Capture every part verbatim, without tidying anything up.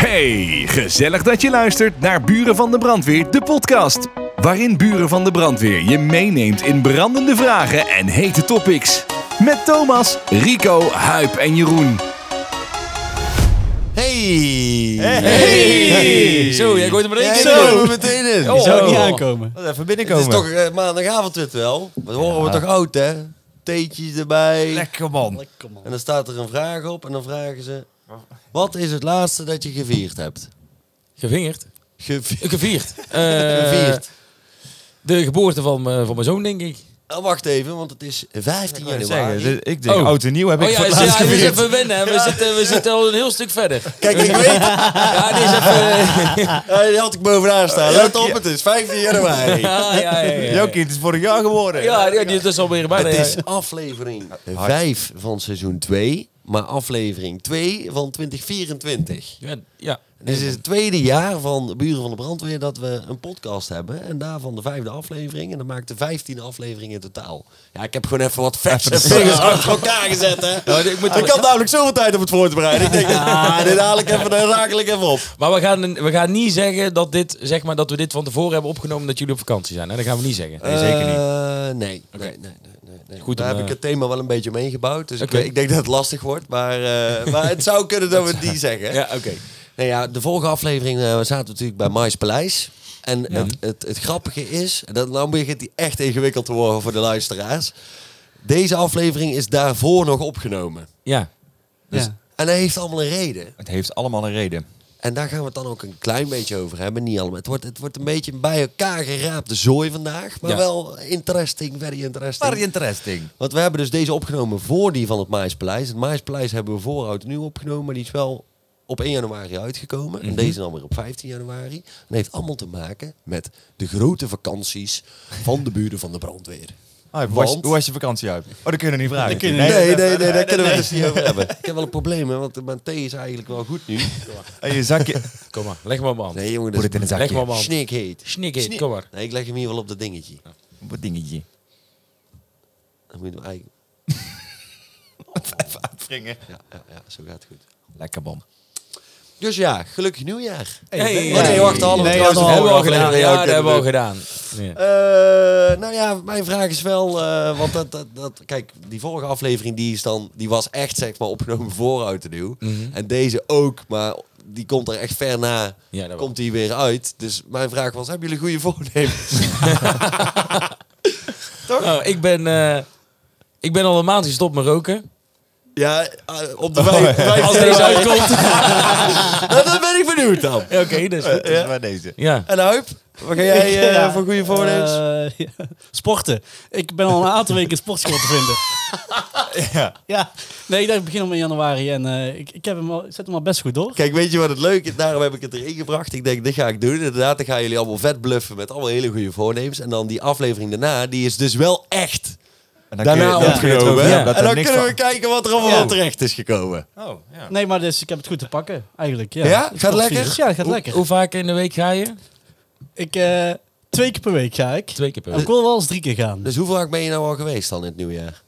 Hey, gezellig dat je luistert naar Buren van de Brandweer, de podcast. Waarin Buren van de Brandweer je meeneemt in brandende vragen en hete topics. Met Thomas, Rico, Huip en Jeroen. Hey! Hey! hey. Zo, jij gooit er maar één keer Zo, in. we meteen in. Oh. Die zou niet aankomen. Wat even Het binnenkomen. is toch uh, maandagavond dit wel. Dat horen we toch oud, hè? Theetjes erbij. Lekker man. Lekker man. En dan staat er een vraag op en dan vragen ze... Wat is het laatste dat je gevierd hebt? Gevierd? Gevi- Gevierd. Uh, gevierd. De geboorte van, uh, van mijn zoon, denk ik. Oh, wacht even, want het is vijftien Ik januari. zeggen, ik denk Oh. oud en nieuw heb Oh ik ja, voor het ja, laatst ja, dus gevierd. even wennen. hè. We, zitten, we zitten al een heel stuk verder. Kijk, ik weet... Ja, die is even... Uh, die had ik bovenaan staan. Let op, het is vijftien januari. Ja, ja, ja. ja. Jouw kind is vorig jaar geworden. Ja, ja, die is alweer bijna. Het ja. is aflevering vijf van seizoen twee, maar aflevering twee van twintig vierentwintig. Ja, ja. Dit is het tweede jaar van Buren van de Brandweer dat we een podcast hebben. En daarvan de vijfde aflevering. En dat maakt de vijftien afleveringen in totaal. Ja, ik heb gewoon even wat facts en figures achter elkaar gezet, hè. Ja, ik moet Ik had namelijk zoveel tijd om het voor te bereiden. Ik denk, ah, dit haal ik even, dan rakel ik even op. Maar we gaan, we gaan niet zeggen dat, dit, zeg maar, dat we dit van tevoren hebben opgenomen dat jullie op vakantie zijn. Hè? Dat gaan we niet zeggen. Nee, zeker niet. Uh, nee, nee, nee, nee, nee, nee. Goed Daar om, heb ik uh, het thema wel een beetje mee gebouwd. Dus Oké. ik, ik denk dat het lastig wordt. Maar, uh, maar het zou kunnen dat we het niet zeggen. Ja, oké. Okay. Nou ja, de vorige aflevering uh, we zaten natuurlijk bij Mais Paleis. En Ja. het, het, het grappige is, dat nou begint die echt ingewikkeld te worden voor de luisteraars. Deze aflevering is daarvoor nog opgenomen. Ja. Dus, Ja. En dat heeft allemaal een reden. Het heeft allemaal een reden. En daar gaan we het dan ook een klein beetje over hebben. Niet allemaal. Het wordt, het wordt een beetje bij elkaar geraapte zooi vandaag. Maar Ja. wel interesting, very interesting. Very interesting. Want we hebben dus deze opgenomen voor die van het Maispaleis. Het Maispaleis hebben we voor oud en nieuw opgenomen. Maar die is wel op één januari uitgekomen. En deze dan weer op vijftien januari. En dat heeft allemaal te maken met de grote vakanties van de buren van de brandweer. Ah, hoe, was, Want- hoe was je vakantie uit? Oh, dat kunnen we niet vragen. Dat kun je Nee, niet. nee, nee, nee, daar kunnen we het dus niet over hebben. Ik heb wel een probleem, hè, want mijn thee is eigenlijk wel goed nu. En je zakje. Kom maar, leg maar op aan. Nee, jongen, Put dat it in is een Leg zakje. maar op aan. snikheet. Snikkie, kom maar. Nee, ik leg hem hier wel op dat dingetje. Wat dingetje. Dan moet je hem eigenlijk... Even uitwringen. Ja, ja, ja, zo gaat het goed. Lekker bom. Dus ja, gelukkig nieuwjaar. Hey, Oh, nee, wacht, hadden we Nee, trouwens dat de hebben we al vorige gedaan. aflevering Ja, ook dat hebben we al kunnen gedaan. doen. Ja. Eh, nou ja, mijn vraag is wel, eh, want dat, dat, dat, kijk, die vorige aflevering die is dan, die was echt zeg maar opgenomen voor oud en nieuw. Mhm. En deze ook, maar die komt er echt ver na, Ja, dat wel. komt die weer uit. Dus mijn vraag was, hebben jullie goede voornemens? Nou, ik ben, uh, ik ben al een maand gestopt met roken. Ja, uh, op de vijf, vijf Als deze uitkomt. Nou, dat ben ik benieuwd dan. Ja, oké, dus goed. Dat is bij deze. Ja. En Huip, wat ga jij uh, Ja. voor goede voornemens? Eh, ja. Sporten. Ik ben al een aantal weken in sportschool te vinden. Ja. Ja. Nee, ik dacht, ik begin om in januari en uh, ik, ik, heb hem al, ik zet hem al best goed door. Kijk, weet je wat het leuke is? Daarom heb ik het erin gebracht. Ik denk, dit ga ik doen. Inderdaad, dan gaan jullie allemaal vet bluffen met allemaal hele goede voornemens. En dan die aflevering daarna, die is dus wel echt En dan daarna kun je- ja, kun je het opgenomen. erover hè? hebben dat En er dan niks kunnen we van- kijken wat er allemaal Ja. van terecht is gekomen. Oh, ja. Nee, maar dus ik heb het goed te pakken, eigenlijk. Ja, Ja? Gaat lekker? Sportvirus. Ja, het gaat Hoe, lekker. hoe vaak in de week ga je? Ik, uh, twee keer per week ga ik. Twee keer per Ik week. wil wel eens drie keer gaan. Dus hoe vaak ben je nou al geweest dan in het nieuwjaar?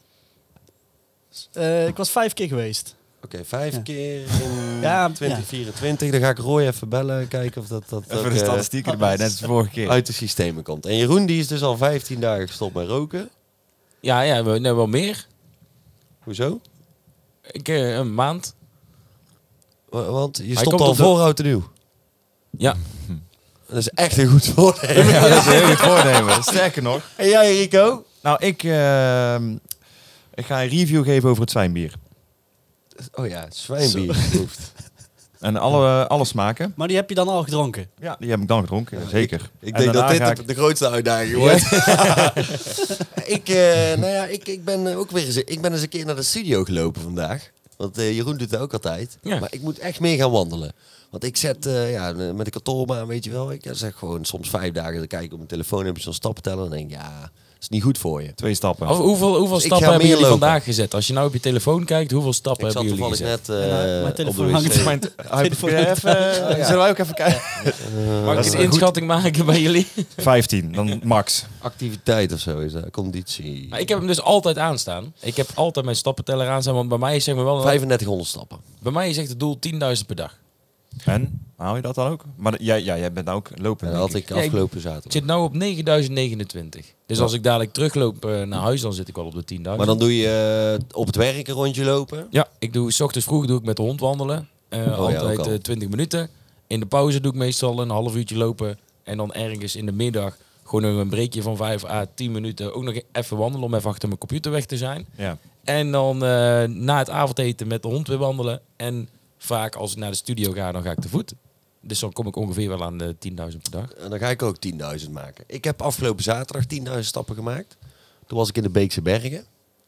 Uh, ik was vijf keer geweest. Oké, vijf Ja. keer in Ja, twintig vierentwintig. Dan ga ik Roy even bellen, kijken of dat, dat Even ook, de eh, statistieken erbij, net als de vorige keer. uit de systemen komt. En Jeroen, die is dus al vijftien dagen gestopt met roken. Ja, ja, we, nee, wel meer. Hoezo? Ik, uh, een maand. Wa- Want je Hij stopt komt al op de- voor oud en nieuw. Ja. Dat is echt een goed voornemen. Ja, dat is een heel goed voornemen. Sterker nog. En jij, Rico? Nou, ik, uh, ik ga een review geven over het zwijnbier. Oh ja, zwijnbier geproefd. En alle, alle smaken. Maar die heb je dan al gedronken? Ja, die heb ik dan gedronken, ja, zeker. Ik En denk dat daarna dit ga de, ik- de grootste uitdaging wordt. ik, eh, nou ja, ik, ik ben eh, ook weer eens, ik ben eens een keer naar de studio gelopen vandaag. Want eh, Jeroen doet dat ook altijd. Ja. Maar ik moet echt meer gaan wandelen. Want ik zet uh, ja, met de kantoorbaan, weet je wel. Ik zeg gewoon soms vijf dagen te kijken op mijn telefoon. Heb je zo'n stappen tellen. En dan denk ik, ja, dat is niet goed voor je. Twee stappen. Of, hoeveel hoeveel Dus ik stappen ga hebben meer jullie lopen. vandaag gezet? Als je nou op je telefoon kijkt, hoeveel stappen Ik zat hebben jullie toevallig gezet? net uh, Ja, mijn op de telefoon wc. hangt. Mijn telefoon even, Oh, ja. Zullen wij ook even kijken? Mag dat ik is een goed. inschatting maken bij jullie? vijftien, dan max. Activiteit of zo is dat, conditie. Maar ik heb hem dus altijd aanstaan. Ik heb altijd mijn stappenteller aanstaan, want bij mij is zeg maar wel een, vijfendertighonderd stappen. bij mij is echt het doel tienduizend per dag. En? Hou je dat dan ook? Maar d- jij, ja, jij bent ook lopen. En dat had ik Ja, ik- afgelopen Ik zaterdag. zit nu op negenduizend negenentwintig. Dus als ik dadelijk terugloop uh, naar huis, dan zit ik wel op de tienduizend. Maar dan doe je uh, op het werk een rondje lopen. Ja, ik doe 's ochtends vroeg doe ik met de hond wandelen. Uh, ja, altijd ook al. uh, twintig minuten. In de pauze doe ik meestal een half uurtje lopen. En dan ergens in de middag gewoon nog een breekje van vijf à tien minuten. Ook nog even wandelen om even achter mijn computer weg te zijn. Ja. En dan uh, na het avondeten met de hond weer wandelen. En vaak als ik naar de studio ga, dan ga ik te voet. Dus dan kom ik ongeveer wel aan de tienduizend per dag. En dan ga ik ook tienduizend maken. Ik heb afgelopen zaterdag tienduizend stappen gemaakt. Toen was ik in de Beekse Bergen.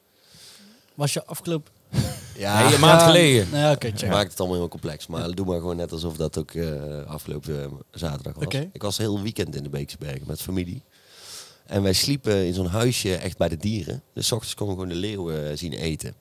Was je afgelopen... Ja, Nee, een maand geleden. Nou ja, oké, check. maakt het allemaal heel complex. Maar doe maar gewoon net alsof dat ook uh, afgelopen uh, zaterdag was. Oké. Ik was heel weekend in de Beekse Bergen met familie. En wij sliepen in zo'n huisje echt bij de dieren. Dus 's ochtends konden we gewoon de leeuwen uh, zien eten.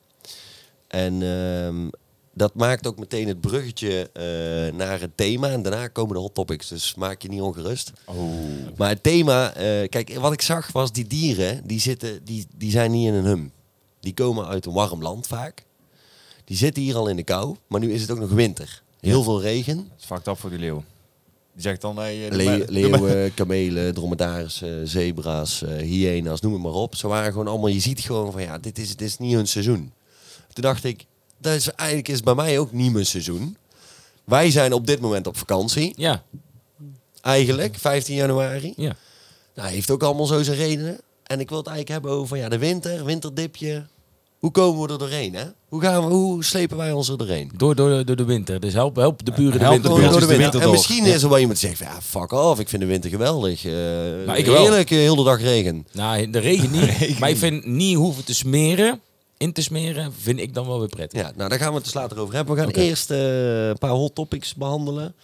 En uh, dat maakt ook meteen het bruggetje uh, naar het thema. En daarna komen de hot topics. Dus maak je niet ongerust. Oh. Maar het thema... Uh, kijk, wat ik zag was die dieren... Die, zitten, die, die zijn niet in een hum. Die komen uit een warm land vaak. Die zitten hier al in de kou. Maar nu is het ook nog winter. Heel Ja. veel regen. Dat is fucked up voor die leeuw. Die zegt dan... Hey, doe Le- maar- doe maar- leeuwen, kamelen, dromedarissen, zebra's, uh, hyena's, noem het maar op. Ze waren gewoon allemaal... Je ziet gewoon van ja, dit is, dit is niet hun seizoen. Toen dacht ik... Dat is, eigenlijk is bij mij ook niet mijn seizoen. Wij zijn op dit moment op vakantie. Ja, Eigenlijk, vijftien januari. ja. Nou, heeft ook allemaal zo zijn redenen. En ik wil het eigenlijk hebben over ja, de winter, winterdipje. Hoe komen we er doorheen, hè? Hoe, gaan we, hoe slepen wij ons er doorheen? Door, door, door de winter. Dus help, help de buren de help winter de Gewoon door. door de de winter. winter En door. misschien is er wel iemand die zegt, van, ja, fuck off, ik vind de winter geweldig. Uh, Maar ik wel. heerlijk, uh, heel de dag regen. Nou, de regen niet. Maar ik vind niet hoeven te smeren, in te smeren, vind ik dan wel weer prettig. Ja, nou, daar gaan we het dus later over hebben. We gaan Oké. eerst uh, een paar hot topics behandelen.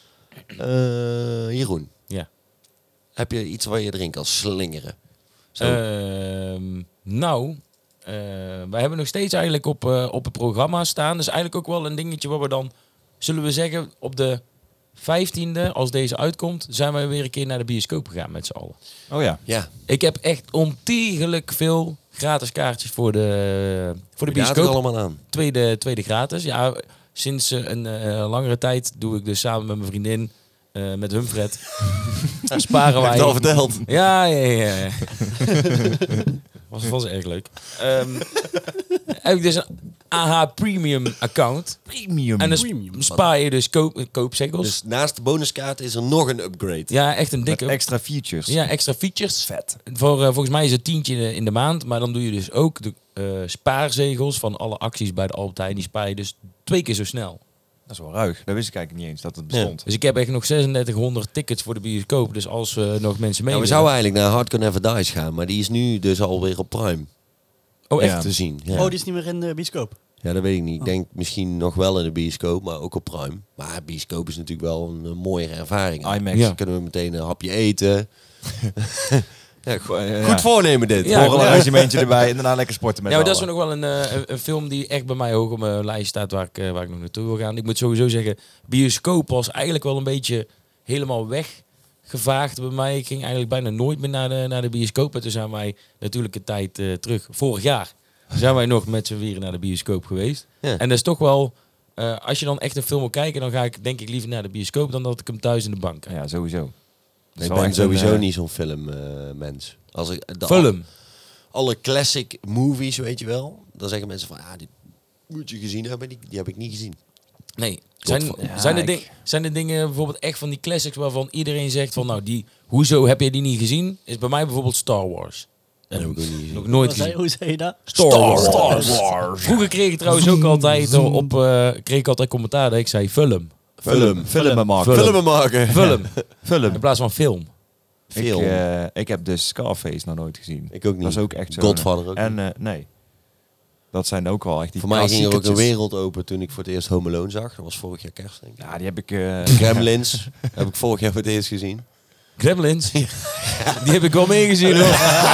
Uh, Jeroen, Ja. heb je iets waar je erin kan slingeren? Zo. Ehm, nou, eh, wij hebben nog steeds eigenlijk op, uh, op het programma staan. Dus eigenlijk ook wel een dingetje waar we dan, zullen we zeggen, op de vijftiende, als deze uitkomt, zijn wij weer een keer naar de bioscoop gegaan met z'n allen. Oh ja. ja, Ik heb echt ontiegelijk veel gratis kaartjes voor de, voor de wie gaat er bioscoop. allemaal aan? Tweede, tweede gratis. Ja, sinds uh, een uh, langere tijd doe ik dus samen met mijn vriendin, uh, met Humfred, sparen wij... Heb je het al verteld? Ja, ja, ja. ja. was, was erg leuk. Um, heb ik dus een A H Premium account. Premium. En dan Premium. spaar je dus koop, koopzegels. Dus naast de bonuskaart is er nog een upgrade. Ja, echt een Met dikke... extra features. Ja, extra features. Vet. Voor, uh, volgens mij is het tientje in de, in de maand. Maar dan doe je dus ook de uh, spaarzegels van alle acties bij de Albert Heijn. Die spaar je dus twee keer zo snel. Dat is wel ruig. Dat wist ik eigenlijk niet eens dat het bestond. Dus ik heb echt nog drieduizend tickets voor de bioscoop. Dus als uh, nog mensen mee Ja, we willen- zouden eigenlijk naar Hardcore Never Dies gaan, maar die is nu dus alweer op Prime Oh, echt? Ja. te zien. Ja. Oh, die is niet meer in de bioscoop. ja, dat weet ik niet. Ik denk misschien nog wel in de bioscoop, maar ook op Prime. Maar bioscoop is natuurlijk wel een, een mooiere ervaring. IMAX. Ja. Dan kunnen we meteen een hapje eten. ja, go- Ja. goed voornemen dit. Ja, Voor een ja. arrangementje erbij en daarna lekker sporten met Ja, maar dat z'n is allen. nog wel een, uh, een, een film die echt bij mij hoog op mijn lijst staat waar ik, uh, waar ik nog naartoe wil gaan. Ik moet sowieso zeggen, bioscoop was eigenlijk wel een beetje helemaal weggevaagd bij mij. Ik ging eigenlijk bijna nooit meer naar de, naar de bioscoop. En toen zijn wij natuurlijk een tijd uh, terug, vorig jaar, zijn wij nog met z'n vieren naar de bioscoop geweest. Ja. En dat is toch wel, uh, als je dan echt een film wil kijken, dan ga ik denk ik liever naar de bioscoop dan dat ik hem thuis in de bank kijk. Ja, sowieso. Dat is Ik wel ben echt sowieso een, eh, niet zo'n filmmens. Als ik de Film. alle classic movies, weet je wel, dan zeggen mensen van, ah, die moet je gezien hebben. Die, die heb ik niet gezien. Nee. Zijn, Ja, zijn, de ik- ding, zijn de dingen bijvoorbeeld echt van die classics waarvan iedereen zegt van nou, die, hoezo heb je die niet gezien? Is bij mij bijvoorbeeld Star Wars. Dat heb ik ook niet gezien. Nog nooit Wat zei- gezien. hoe zei je dat? Star Wars. Star Wars. Vroeger kreeg ik trouwens ook altijd uh, op uh, kreeg ik altijd commentaar dat ik zei film. Film. Filmen maken. Film. Filmen maken. Film. Film. In plaats van film. Ik, Film. eh, ik heb dus Scarface nog nooit gezien. Ik ook niet. Dat is ook echt zo. Godfather ook En eh, nee. Dat zijn ook wel echt die Voor mij ging er ook een klassiekertjes. wereld open toen ik voor het eerst Home Alone zag. Dat was vorig jaar kerst, denk ik. Ja, die heb ik... eh, Gremlins heb ik vorig jaar voor het eerst gezien. Gremlins. Die heb ik wel meegezien hoor.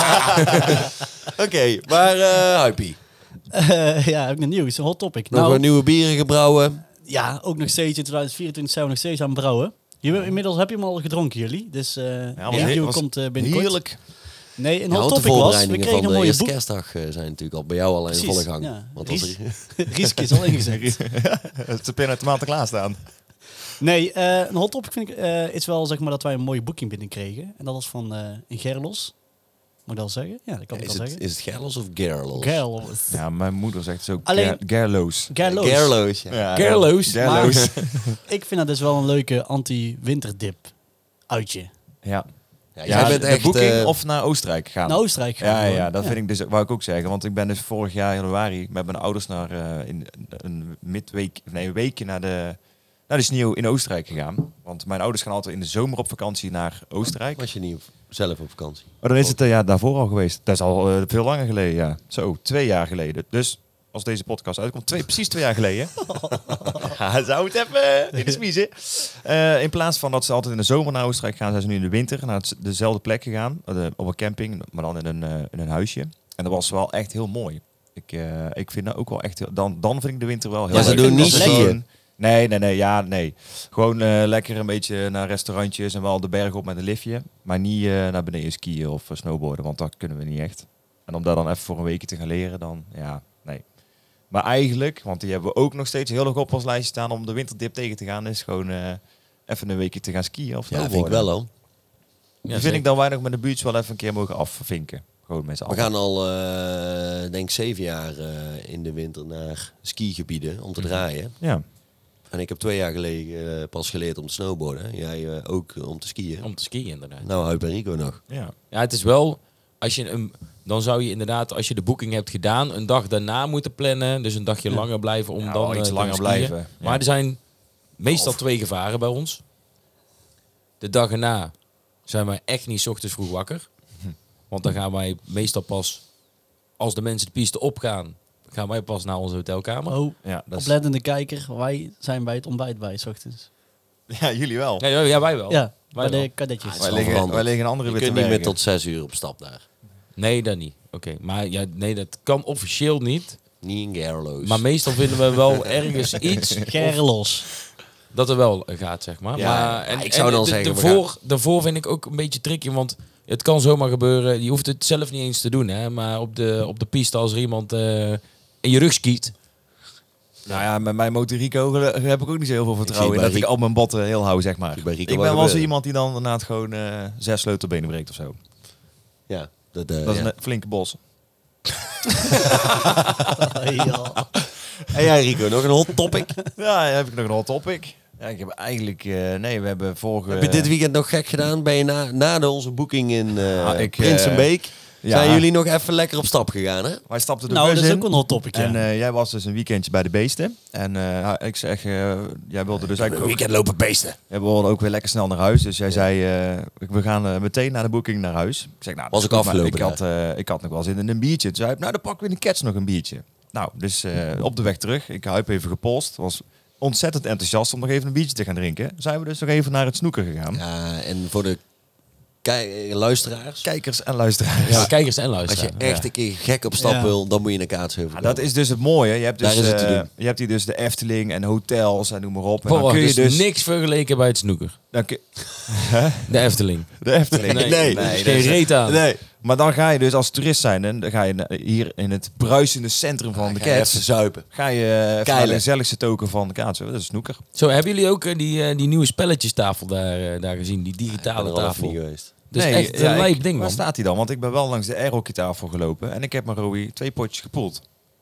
Oké, maar uh, Hypie. Uh, ja, heb ik een nieuws. Een hot topic. Nog nou, een nieuwe bieren gebrouwen. ja, ook nog steeds in tweeduizend vierentwintig zijn we nog steeds aan het brouwen. Je, inmiddels heb je hem al gedronken, jullie. Dus uh, was de he- review was komt uh, binnenkort. Heerlijk. Nee, een Ja, hot want de topic was, we voorbereidingen kregen van een de mooie eerste boek. kerstdag uh, zijn natuurlijk al bij jou al in Precies, volle gang. ja. Want als Ries- er- Rieske is al ingezet. Het is binnen tomaten klaarstaan. Nee, uh, een hot topic vind ik uh, is wel zeg maar dat wij een mooie boeking binnenkregen. En dat was van uh, in Gerlos. Moet ik dat zeggen? Ja, dat kan ik Is wel het, zeggen. is het Gerlos of Gerlos? Gerlos. Ja, mijn moeder zegt zo Alleen- Ger- Gerloos. Gerlos. Gerlos, ja. Ja, Gerloos. Gerloos. Ik vind dat dus wel een leuke anti-winterdip uitje. Ja. Ja, Ja, jij bent de echt... boeking eh, of naar Oostenrijk gaan. Naar Oostenrijk gaan. Ja, ja, gewoon. ja, dat vind ik dus, wou ik ook zeggen. Want ik ben dus vorig jaar januari met mijn ouders naar uh, in, een midweek, nee, een weekje naar de, naar de sneeuw in Oostenrijk gegaan. Want mijn ouders gaan altijd in de zomer op vakantie naar Oostenrijk. Was je niet op- zelf op vakantie? Maar dan is het uh, ja, daarvoor al geweest. Dat is al uh, veel langer geleden, ja. Zo, twee jaar geleden. Dus als deze podcast uitkomt, twee, precies twee jaar geleden. Ja, zou het even in de smiezen. Uh, in plaats van dat ze altijd in de zomer naar Oostenrijk gaan, zijn ze nu in de winter naar het, dezelfde plek gegaan. Uh, op een camping, maar dan in een, uh, in een huisje. En dat was wel echt heel mooi. Ik, uh, ik vind dat ook wel echt... Heel, dan, dan vind ik de winter wel heel Ja, ze leuk. doen niet Als het skiën. gewoon- Nee, nee, nee, ja, nee. Gewoon uh, lekker een beetje naar restaurantjes en wel de berg op met een liftje. Maar niet uh, naar beneden skiën of uh, snowboarden, want dat kunnen we niet echt. En om daar dan even voor een weekje te gaan leren, dan ja, nee. Maar eigenlijk, want die hebben we ook nog steeds heel erg op ons lijstje staan om de winterdip tegen te gaan, is gewoon uh, even een weekje te gaan skiën of Ja, snowboarden. vind ik wel hoor. Die vind ik dan wij nog met de buurts wel even een keer mogen afvinken. Gewoon met z'n We allen. gaan al, uh, denk zeven jaar uh, in de winter naar skigebieden om te draaien. Ja. En ik heb twee jaar geleden uh, pas geleerd om te snowboarden. Jij uh, ook uh, om te skiën. Om te skiën inderdaad. Nou, Huip en Rico nog. Ja. Ja, het is wel... Als je een, dan zou je inderdaad, als je de boeking hebt gedaan, een dag daarna moeten plannen. Dus een dagje Ja. langer blijven om Ja, dan wel iets eh, te langer gaan skiën. blijven. Ja. Maar er zijn meestal Of- twee gevaren bij ons. De dag erna zijn wij echt niet 's ochtends vroeg wakker. Want dan gaan wij meestal pas, als de mensen de piste opgaan, gaan wij pas naar onze hotelkamer. Oh, Ja, dat is, oplettende kijker. Wij zijn bij het ontbijt bij, 's ochtends. ja, jullie wel. Ja, ja, ja, wij wel. Ja, Wij bij wel. de kadetjes. Ah, Wij zal liggen, veranderd. wij liggen een andere Je weer te kunt niet meer werken. tot zes uur op stap daar. Nee, dat niet. Oké, maar ja, nee, dat kan officieel niet. Niet in Gerloos. Maar meestal vinden we wel ergens iets Gerlos. dat er wel gaat, zeg maar. Ja, maar ja, ik zou dan de- zeggen, we Daarvoor, daarvoor vind ik ook een beetje tricky, want het kan zomaar gebeuren. Je hoeft het zelf niet eens te doen, hè. Maar op de, op de piste, als er iemand uh, in je rug skiet. Nou ja, met mijn Motorico heb ik ook niet zo heel veel vertrouwen zie in bij dat ik Rico- al mijn botten heel hou, zeg maar. zie bij Rico Ik wel ben wel zo gebeuren. iemand die dan inderdaad gewoon uh, zes sleutelbenen breekt of zo. Ja, dat, uh, Dat is ja. een flinke bos. Ja. En jij Rico, nog een hot topic? Ja, heb ik nog een hot topic. Ja, ik heb eigenlijk... uh, nee, we hebben vorige... Heb je dit weekend nog gek gedaan? Ben je na, na de onze boeking in uh, Ah, ik, Prinsenbeek, ja. zijn jullie nog even lekker op stap gegaan, hè? Wij stapten de Nou, bus dat is in. ook een hot topic, ja. En uh, jij was dus een weekendje bij de beesten. En uh, ik zeg, uh, jij wilde dus eigenlijk ook... lopen beesten. We wilden ook weer lekker snel naar huis. Dus jij zei, uh, we gaan uh, meteen naar de boeking naar huis. Ik zeg, nou, dat Was is ik goed, maar afgelopen Ik had, uh, ik had nog wel zin in een biertje. Toen zei hij, nou, dan pakken we in de Cats nog een biertje. Nou, dus uh, op de weg terug. Ik heb even gepolst. Was ontzettend enthousiast om nog even een biertje te gaan drinken. Zijn we dus nog even naar het snoeker gegaan. Ja, en voor de kei- luisteraars. Kijkers en luisteraars. Ja, kijkers en Als luisteraars. je echt een keer gek op stap Ja. wil, dan moet je naar Kaatsheuvel. Ja, dat is dus het mooie. Je hebt, dus, Daar is het te uh, doen. je hebt hier dus de Efteling en hotels en noem maar op. En Voor dan kun je dus dus... niks vergeleken bij het snoeker. Dan kun- De Efteling. de Efteling. Nee, nee, nee, nee, geen dat is- reet aan. Nee, maar dan ga je dus als toerist zijn en dan ga je na- hier in het bruisende centrum van de Ga je Cats. even zuipen. Ga je uh, even naar Keilen. de gezelligste token van de kaats. Dat is snoeker. Zo, hebben jullie ook uh, die, uh, die nieuwe spelletjestafel daar, uh, daar gezien? Die Ik ben digitale er al even tafel. niet geweest. Dus Nee, echt ja, een lijp ik- ding, Waar man. staat hij dan? Want ik ben wel langs de airhockeytafel gelopen en ik heb met Rowie twee potjes gepoeld.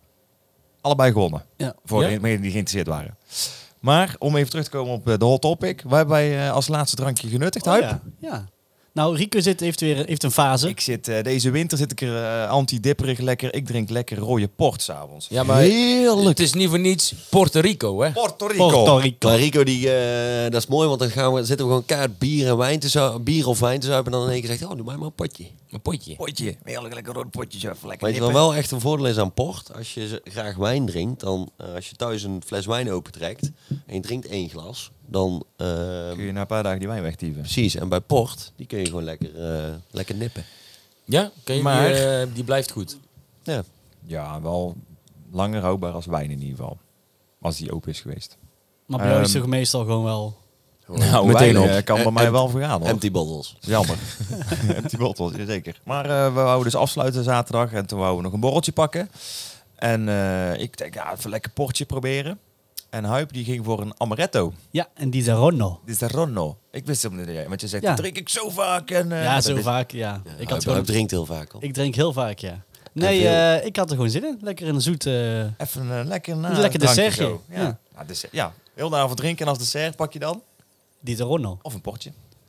Allebei gewonnen. Ja. Voor Ja? degenen die geïnteresseerd waren. Maar om even terug te komen op uh, de hot topic. Waar hebben wij uh, als laatste drankje genuttigd? Oh, Huip? ja. ja. Nou, Rico zit, heeft weer heeft een fase. Ik zit, uh, deze winter zit ik er uh, anti-dipperig lekker. Ik drink lekker rode port s'avonds. Ja, maar het is niet voor niets Puerto Rico, hè? Puerto Rico. Puerto Rico. Maar Rico, die, uh, dat is mooi, want dan gaan we, zitten we gewoon kaart bier en wijn te zuipen, bier of wijn te zuipen. En dan in één keer zegt, oh, doe mij maar een potje. Een potje. Potje. Heerlijk lekker rode potjes. Even lekker Weet je wat nippen. wel echt een voordeel is aan port? Als je z- graag wijn drinkt, dan uh, als je thuis een fles wijn opentrekt en je drinkt één glas, dan... Uh, Kun je na een paar dagen die wijn wegtieven. precies, en bij port, die kun je gewoon lekker, uh, lekker nippen. Ja, ken je Maar- die, uh, die blijft goed. Ja. Ja, wel langer houdbaar als wijn in ieder geval. Als die open is geweest. Maar bij jou is Ehm, het toch meestal gewoon wel... Nou, meteen wijn, op. eh, kan bij En- mij en- wel vergaan hoor. Empty bottles. Jammer. Empty bottles, zeker. Maar uh, we wouden dus afsluiten zaterdag en toen wouden we nog een borreltje pakken. En uh, ik denk, ja, even een lekker portje proberen. En Huip die ging voor een amaretto. Ja, en die Zaronno. Dit is de Ronno. Ik wist het niet, want je zegt, Ja. dat drink ik zo vaak. En, uh, Ja, dat zo is- vaak, ja. Ja, ik, hij, had gewoon, hij drinkt heel vaak al. ik drink heel vaak, ja. Nee, veel. eh, ik had er gewoon zin in. Lekker in een zoet... eh, Even een lekker, na Een lekker drankje dessertje. zo. Ja. Ja. Ja, dessert, ja, heel de avond drinken en als dessert pak je dan. die Zaronno. Of een portje.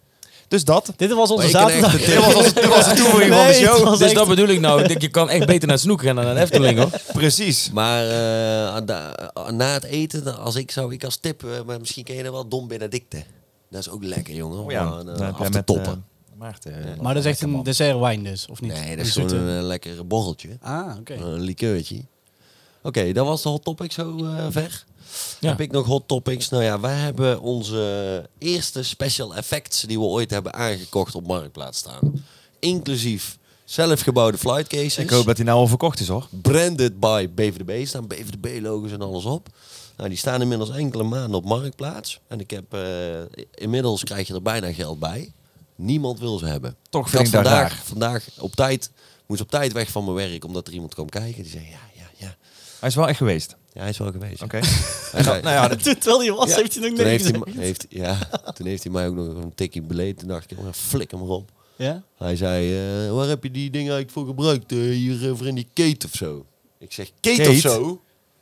Dus dat. Dit was onze Maar ik ken echt zaterdag. de- Dit was, onze, dit was de toevoeging van de Nee, het show. was Dus echt- dat bedoel ik nou. Ik denk, je kan echt beter naar het snoek gaan dan naar de Efteling, hoor. Precies. Maar uh, da, na het eten, als ik zou ik als tip, uh, maar misschien ken je dat wel, Don Benedicte. Dat is ook lekker, jongen. Oh ja, Om, uh, dan heb af jij te met, toppen. uh, Maarten. uh, Maar dat is echt lekker een man. dessertwijn dus, of niet? Nee, dat is Een gewoon zoete- een uh, lekker borreltje. Ah, oké. Een likeurtje. Oké, okay, dat was de hot topic zo uh, ver. Ja. Heb ik nog hot topics? Nou ja, wij hebben onze eerste special effects die we ooit hebben aangekocht op Marktplaats staan. Inclusief zelfgebouwde flight cases. Ik hoop dat hij nou al verkocht is, hoor. Branded by B V D B. Staan B V D B-logos en alles op. Nou, die staan inmiddels enkele maanden op Marktplaats. En ik heb, uh, inmiddels krijg je er bijna geld bij. Niemand wil ze hebben. Toch Ik vind had ik dat vandaag, raar. vandaag op tijd, moest op tijd weg van mijn werk omdat er iemand kwam kijken. Die zei, ja, ja, ja. Hij is wel echt geweest. Ja, hij is wel geweest. Oké. Hij zei- nou ja, dat- Toen- Terwijl hij was, Ja. heeft hij nog toen nee heeft hij, gezegd. me- heeft, ja, toen heeft hij mij ook nog een tikje beleed. Toen dacht ik, oh, flikker maar op. Ja? Hij zei, uh, waar heb je die dingen eigenlijk voor gebruikt? Uh, hier uh, voor in die kate of zo. Ik zeg, kate, Kate? of zo?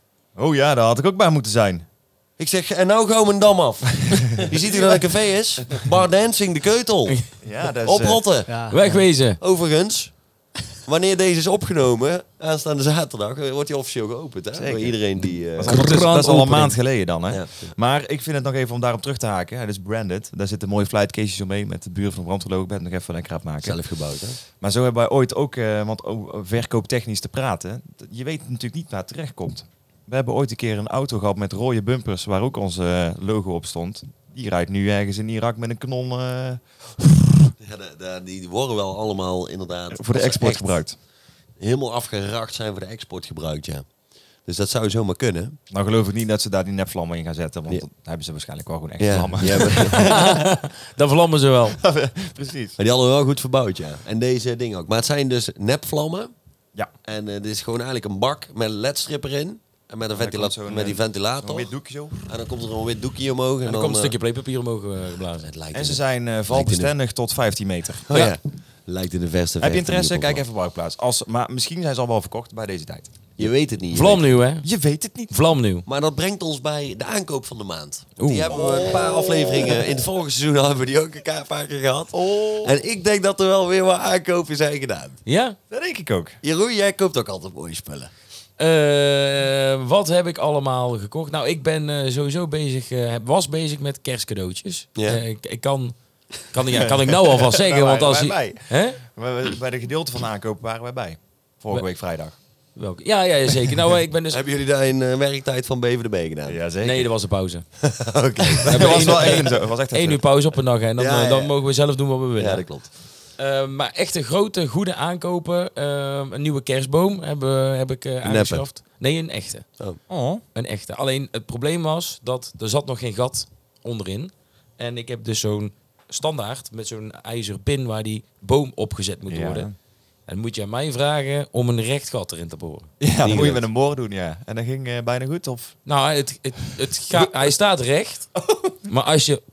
oh ja, daar had ik ook bij moeten zijn. Ik zeg, en nou gaan we een dam af. Je ziet hier dat het een café is. Bar Dancing, de Keutel. Ja, dat is... uh, Oprotten. Ja. Wegwezen. Overigens, wanneer deze is opgenomen, aanstaande zaterdag, eh, wordt hij officieel geopend. Hè? Zeker. Voor iedereen die... eh, dat, is, dat is al een opening. maand geleden dan, hè? Ja. Maar ik vind het nog even om daarop terug te haken. Hij is branded. Daar zitten mooie flight cases omheen met de buren van de brandweerlogo. Ik ben het nog even lekker aan het maken. zelf gebouwd, hè? Maar zo hebben wij ooit ook, uh, want oh, verkooptechnisch te praten. Je weet natuurlijk niet waar het terecht komt. We hebben ooit een keer een auto gehad met rode bumpers waar ook ons uh, logo op stond. Die rijdt nu ergens in Irak met een kanon uh, Ja, de, de, die worden wel allemaal inderdaad... voor de als ze export echt gebruikt. helemaal afgeracht zijn voor de export gebruikt, ja. Dus dat zou zomaar kunnen. Nou geloof ik niet dat ze daar die nepvlammen in gaan zetten, want Ja. dan hebben ze waarschijnlijk wel gewoon echt Ja, vlammen. die, hebben, Dan vlammen ze wel. Precies. maar die hadden we wel goed verbouwd, ja. En deze dingen ook. Maar het zijn dus nepvlammen. Ja. En uh, dit is gewoon eigenlijk een bak met een ledstrip erin. En met, een dan ventila- komt zo'n, met die uh, ventilator. Een wit doekje zo. En dan komt er een wit doekje omhoog. En, En dan dan komt een eh, stukje playpapier omhoog uh, geblazen. Het lijkt En ze in zijn uh, valbestendig tot vijftien meter. de- oh, ja. Lijkt in de verste Heb je verte interesse? niet op Kijk een even op Marktplaats. Als, maar misschien zijn ze al wel verkocht bij deze tijd. vlam. Je weet het niet. je weet- Vlamnieuw, hè? Je weet het niet. Vlamnieuw. Maar dat brengt ons bij de aankoop van de maand. Oeh. Die hebben we een paar afleveringen. In het vorige seizoen hebben we die ook een ka- paar keer gehad. En ik denk dat er wel weer wat aankopen zijn gedaan. Ja? Dat denk ik ook. Jeroen, jij koopt ook altijd mooie spullen. Uh, wat heb ik allemaal gekocht? Nou, ik ben uh, sowieso bezig, uh, was bezig met kerstcadeautjes. Ja. Uh, ik, ik kan, kan, ik, kan ik nou alvast zeggen, Daar want waren als wij je... bij. Hè? Maar we- Bij de gedeelte van de aankoop waren wij bij. Vorige We- week vrijdag. Welke? Ja, ja, zeker. Nou, ik ben dus... Hebben jullie daar een uh, werktijd van B V D B gedaan? Jazeker. Nee, dat was een pauze. Oké. We dat hebben was één wel uur- echt één- zo. Het was echt één even- uur pauze op een dag en dan, Ja, uh, ja, dan ja. mogen we zelf doen wat we willen. Ja, dat klopt. Uh, maar echte grote, goede aankopen. Uh, een nieuwe kerstboom heb, uh, heb ik uh, aangeschaft. Nee, een echte. Oh. Oh. Een echte. Alleen het probleem was dat er zat nog geen gat onderin. En ik heb dus zo'n standaard met zo'n ijzeren pin waar die boom opgezet moet Ja. worden. En dan moet je aan mij vragen om een recht gat erin te boren. Ja, dat moet je gelukt. met een boor doen, ja. En dat ging uh, bijna goed, of? Nou, het, het, het ga, hij staat recht. Maar als je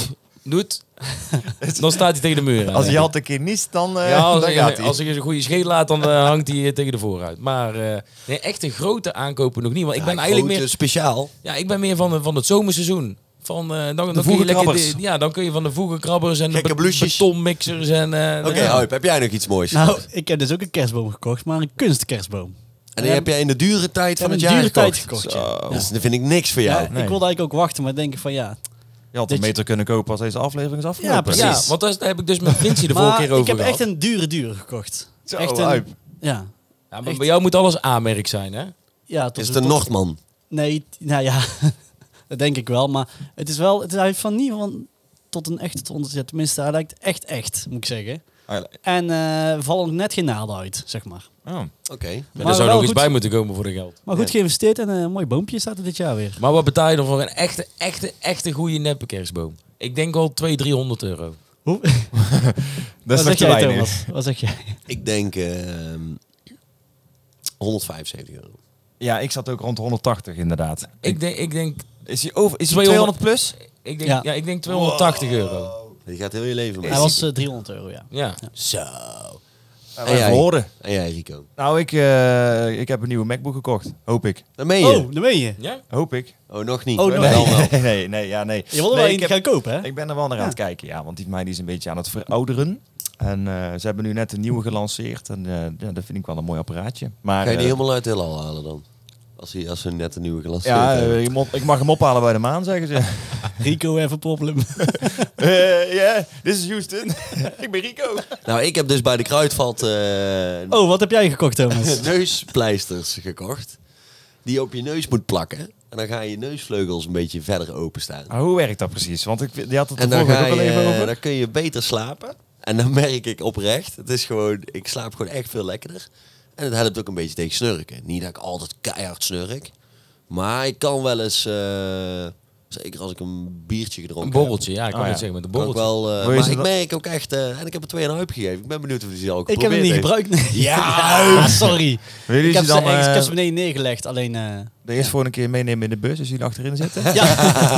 doet, dan staat hij tegen de muur aan. Als je had een keer niest, dan, uh, Ja, als, dan ik, gaat hij. als ik een goede scheet laat, dan uh, hangt hij uh, tegen de vooruit. Maar uh, nee, echt een grote aankopen nog niet. Want ik ben Ja, eigenlijk grote, meer, speciaal. ja, ik ben meer van, van het zomerseizoen. Van, uh, dan, dan kun je lekker vogelkrabbers. de, ja, dan kun je van de vogelkrabbers en de Gekke be- blouses. betonmixers en... uh, Oké, ja. Huip, heb jij nog iets moois? Nou, ik heb dus ook een kerstboom gekocht, maar een kunstkerstboom. en die heb jij in de dure tijd van En het een jaar dure tijd gekocht. gekocht, ja. Zo. Dus dat vind ik niks voor jou. Ja, nee. Ik wilde eigenlijk ook wachten, maar denk ik van ja. Je had Dit- een meter kunnen kopen als deze aflevering is afgelopen. Ja, precies. Ja, want daar heb ik dus met Vinci de vorige Maar keer over ik heb gehad. echt een dure dure gekocht. Zo, echt een, Huip. ja. Ja, maar echt- bij jou moet alles A-merk zijn, hè? Ja, tot Is het tot- een Noordman? Nee, t- nou ja, dat denk ik wel. Maar het is wel, het is van niet van tot een echte tot onderzet. Tenminste, hij lijkt echt echt, moet ik zeggen. Ah, ja. En eh vallen net geen naalden uit, zeg maar. Oh. Oké. Maar Maar er zou wel nog iets goed- bij moeten komen voor de geld. Maar goed geïnvesteerd en een mooi boompje staat er dit jaar weer. Maar wat betaal je dan voor een echte, echte, echte goede neppe kerstboom? Ik denk wel tweehonderd, driehonderd euro. Hoe? Dat Wat is nog zeg te jij, weinig. Thomas? Wat zeg jij? Ik denk ehm honderdvijfenzeventig euro. Ja, ik zat ook rond honderdtachtig inderdaad. Ik denk, ik denk Is hij over? Is hij tweehonderd tweehonderd plus? Ik denk, ja. Ja. ik denk tweehonderdtachtig euro. Je gaat heel je leven mee. Hij was uh, driehonderd euro, ja. Ja. Zo. Ja, En jij? verhoorden. En jij, Rico? Nou, ik, uh, ik heb een nieuwe MacBook gekocht. Hoop ik. Dat meen je? Oh, dat meen je. Ja? Hoop ik. Oh, nog niet. Oh, nog Dan wel. Nee, nee, nee, ja, nee. Je wil er nee, wel ik een gaan kopen, hè? Ik ben er wel naar aan Ja. het kijken, ja. Want die van mij die is een beetje aan het verouderen. En uh, ze hebben nu net een nieuwe gelanceerd. En uh, ja, dat vind ik wel een mooi apparaatje. Maar, Ga je die uh, helemaal uit het heelal halen dan? Als, hij, als ze net een nieuwe gelanceerd ja, hebben. uh, je mo- ik mag hem ophalen bij de maan, zeggen ze. Rico, even problem. Ja, uh, yeah, this is Houston. Ik ben Rico. Nou, ik heb dus bij de Kruidvat uh, Oh, wat heb jij gekocht, Thomas? neuspleisters gekocht. Die je op je neus moet plakken. En dan gaan je neusvleugels een beetje verder openstaan. Maar hoe werkt dat precies? Want ik, die had het En er dan, vorige ga ook al even je, over. dan kun je beter slapen. En dan merk ik oprecht, het is gewoon, ik slaap gewoon echt veel lekkerder. En het helpt ook een beetje tegen snurken. Niet dat ik altijd keihard snurk. Maar ik kan wel eens, uh, zeker als ik een biertje gedronken Een borreltje, ja. Ik kan Oh, het ja. zeggen met een heb, kan ik borreltje. wel, uh, Wil je maar ze ik dat- merk ook echt, uh, en ik heb er twee en een half gegeven. Ik ben benieuwd of hij ze al Ik heb geprobeerd hem niet heeft. gebruikt. Nee. Ja. sorry. Wil jullie Ik heb ze ze dan ergens, ik uh, heb ze beneden neergelegd, alleen... Uh, de eerst voor een keer meenemen in de bus als jullie achterin zitten? ja.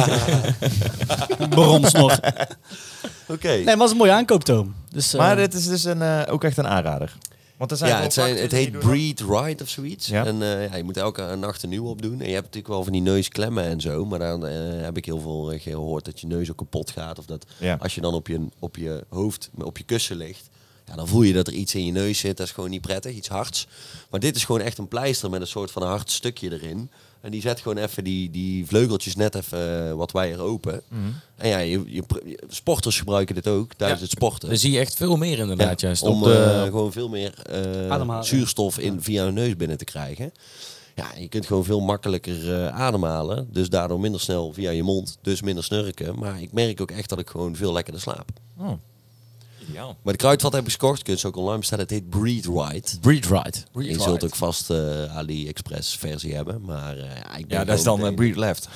Broms nog. Oké. Nee, maar het was een mooie aankoop, Toom. Dus, uh, Maar dit is dus een, uh, ook echt een aanrader. Want er zijn Ja, wel het, zijn, vakjes het die heet doen Breathe Right of zoiets. Ja. En uh, ja, je moet elke nacht een nieuwe opdoen. En je hebt natuurlijk wel van die neusklemmen en zo. Maar dan uh, heb ik heel veel uh, gehoord dat je neus ook kapot gaat. Of dat Ja. als je dan op je, op je hoofd, op je kussen ligt. Ja, dan voel je dat er iets in je neus zit. Dat is gewoon niet prettig, iets hards. Maar dit is gewoon echt een pleister met een soort van een hard stukje erin. En die zet gewoon even die, die vleugeltjes net even uh, wat wijder open. Mm. En ja, je, je, je- sporters gebruiken dit ook tijdens Ja. het sporten. Dan zie je echt veel meer inderdaad. Ja, Juist. om Op de, eh, gewoon veel meer eh, Ademhalen. zuurstof in, via hun neus binnen te krijgen. Ja, je kunt gewoon veel makkelijker eh, ademhalen. Dus daardoor minder snel via je mond. Dus minder snurken. Maar ik merk ook echt dat ik gewoon veel lekkerder slaap. Oh. Ideaal. Maar de Kruidvat heb ik gekocht. Kun je ze ook online bestellen. Het heet Breathe Right. Breed Right. En je zult ook vast uh, AliExpress versie hebben. Maar uh, ja, ik ben Ja, dat is dan uh, Breed Left.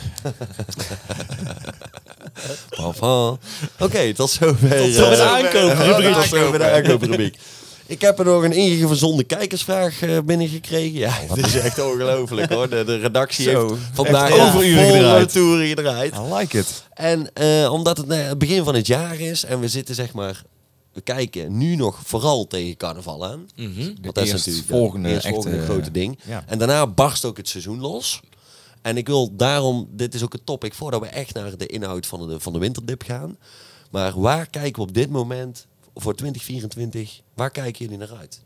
Enfin. Oké, tot zover. Tot zover de eh, aankooprubriek. Tot zover de aankooprubriek. Ik heb er nog een ingezonden kijkersvraag uh, binnengekregen. Ja, het is echt ongelooflijk hoor. De, de redactie Zo, heeft vandaag echt overuren volle gedraaid. toeren gedraaid. I like it. En uh, omdat het uh, het begin van het jaar is en we zitten zeg maar... We kijken nu nog vooral tegen carnaval aan. Mhm. Want dat is natuurlijk volgende het eerstvolgende echte, grote ding. Ja. En daarna barst ook het seizoen los. En ik wil daarom, dit is ook een topic voordat we echt naar de inhoud van de, van de winterdip gaan. Maar waar kijken we op dit moment voor twintig vierentwintig, waar kijken jullie naar uit?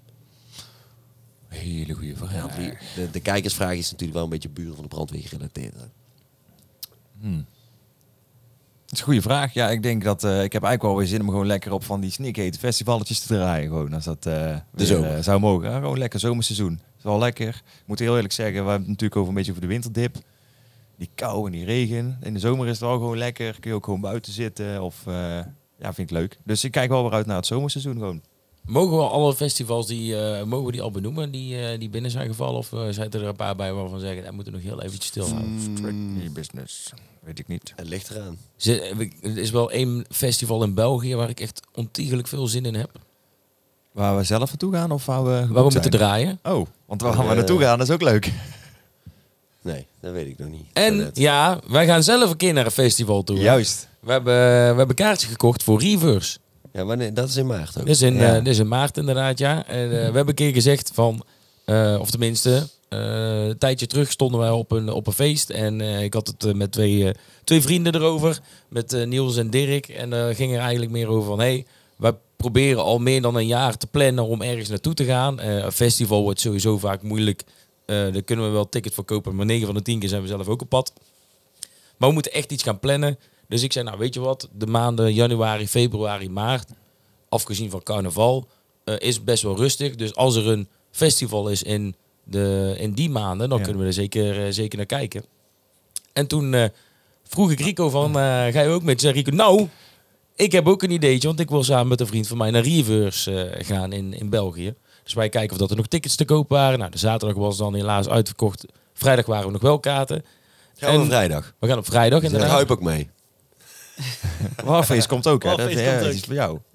Hele goede vraag. Ja, die- de, de kijkersvraag is natuurlijk wel een beetje buren van de brandweer gerelateerd. Hè? Hmm. Dat is een goede vraag. Ja, ik denk dat uh, ik heb eigenlijk wel weer zin om gewoon lekker op van die sneakhete festivalletjes te draaien. Gewoon als dat uh, De weer, zomer. uh, zou mogen. Ja, gewoon lekker zomerseizoen. Dat is wel lekker. Ik moet heel eerlijk zeggen, we hebben het natuurlijk over een beetje over de winterdip. Die kou en die regen. In de zomer is het wel gewoon lekker. Kun je ook gewoon buiten zitten. Of uh, ja, vind ik leuk. Dus ik kijk wel weer uit naar het zomerseizoen gewoon. Mogen we alle festivals die, uh, mogen we die al benoemen die, uh, die binnen zijn gevallen? Of uh, zijn er een paar bij waarvan we zeggen, dat moeten we nog heel eventjes stilhouden? Strictly business. Weet ik niet. Het ligt eraan. Ze- Er is wel één festival in België waar ik echt ontiegelijk veel zin in heb. Waar we zelf naartoe gaan of waar we Waar we zijn? moeten draaien. Oh, want waar gaan we Eh, naartoe gaan, dat is ook leuk. Nee, dat weet ik nog niet. En Net. ja, wij gaan zelf een keer naar een festival toe. Juist. We hebben, we hebben kaartjes gekocht voor Reverse. Ja, wanneer, dat is in maart ook. Dit is in, Ja. eh, dit is in maart inderdaad, ja. En, eh, we hebben een keer gezegd van, eh, of tenminste, eh, een tijdje terug stonden wij op een, op een feest. En eh, ik had het eh, met twee, eh, twee vrienden erover, met eh, Niels en Dirk. En daar ging er eigenlijk meer over van, hey, wij proberen al meer dan een jaar te plannen om ergens naartoe te gaan. Eh, een festival wordt sowieso vaak moeilijk. Eh daar kunnen we wel ticket voor kopen, maar negen van de tien keer zijn we zelf ook op pad. Maar we moeten echt iets gaan plannen. Dus ik zei, nou weet je wat, de maanden januari, februari, maart, afgezien van carnaval, uh, is best wel rustig. Dus als er een festival is in, de, in die maanden, dan Ja. kunnen we er zeker, uh, zeker naar kijken. En toen uh, vroeg ik Rico van, uh, ga je ook met? Zei Rico, nou, ik heb ook een ideetje, want ik wil samen met een vriend van mij naar Reverse uh, gaan in, in België. Dus wij kijken of dat er nog tickets te koop waren. Nou, de zaterdag was dan helaas uitverkocht. Vrijdag waren we nog wel kaarten. Gaan we en- vrijdag. We gaan op vrijdag Daar inderdaad. Huip ook mee. Warface komt ook, hè? Dat, Warface ja, komt die ook. is voor jou.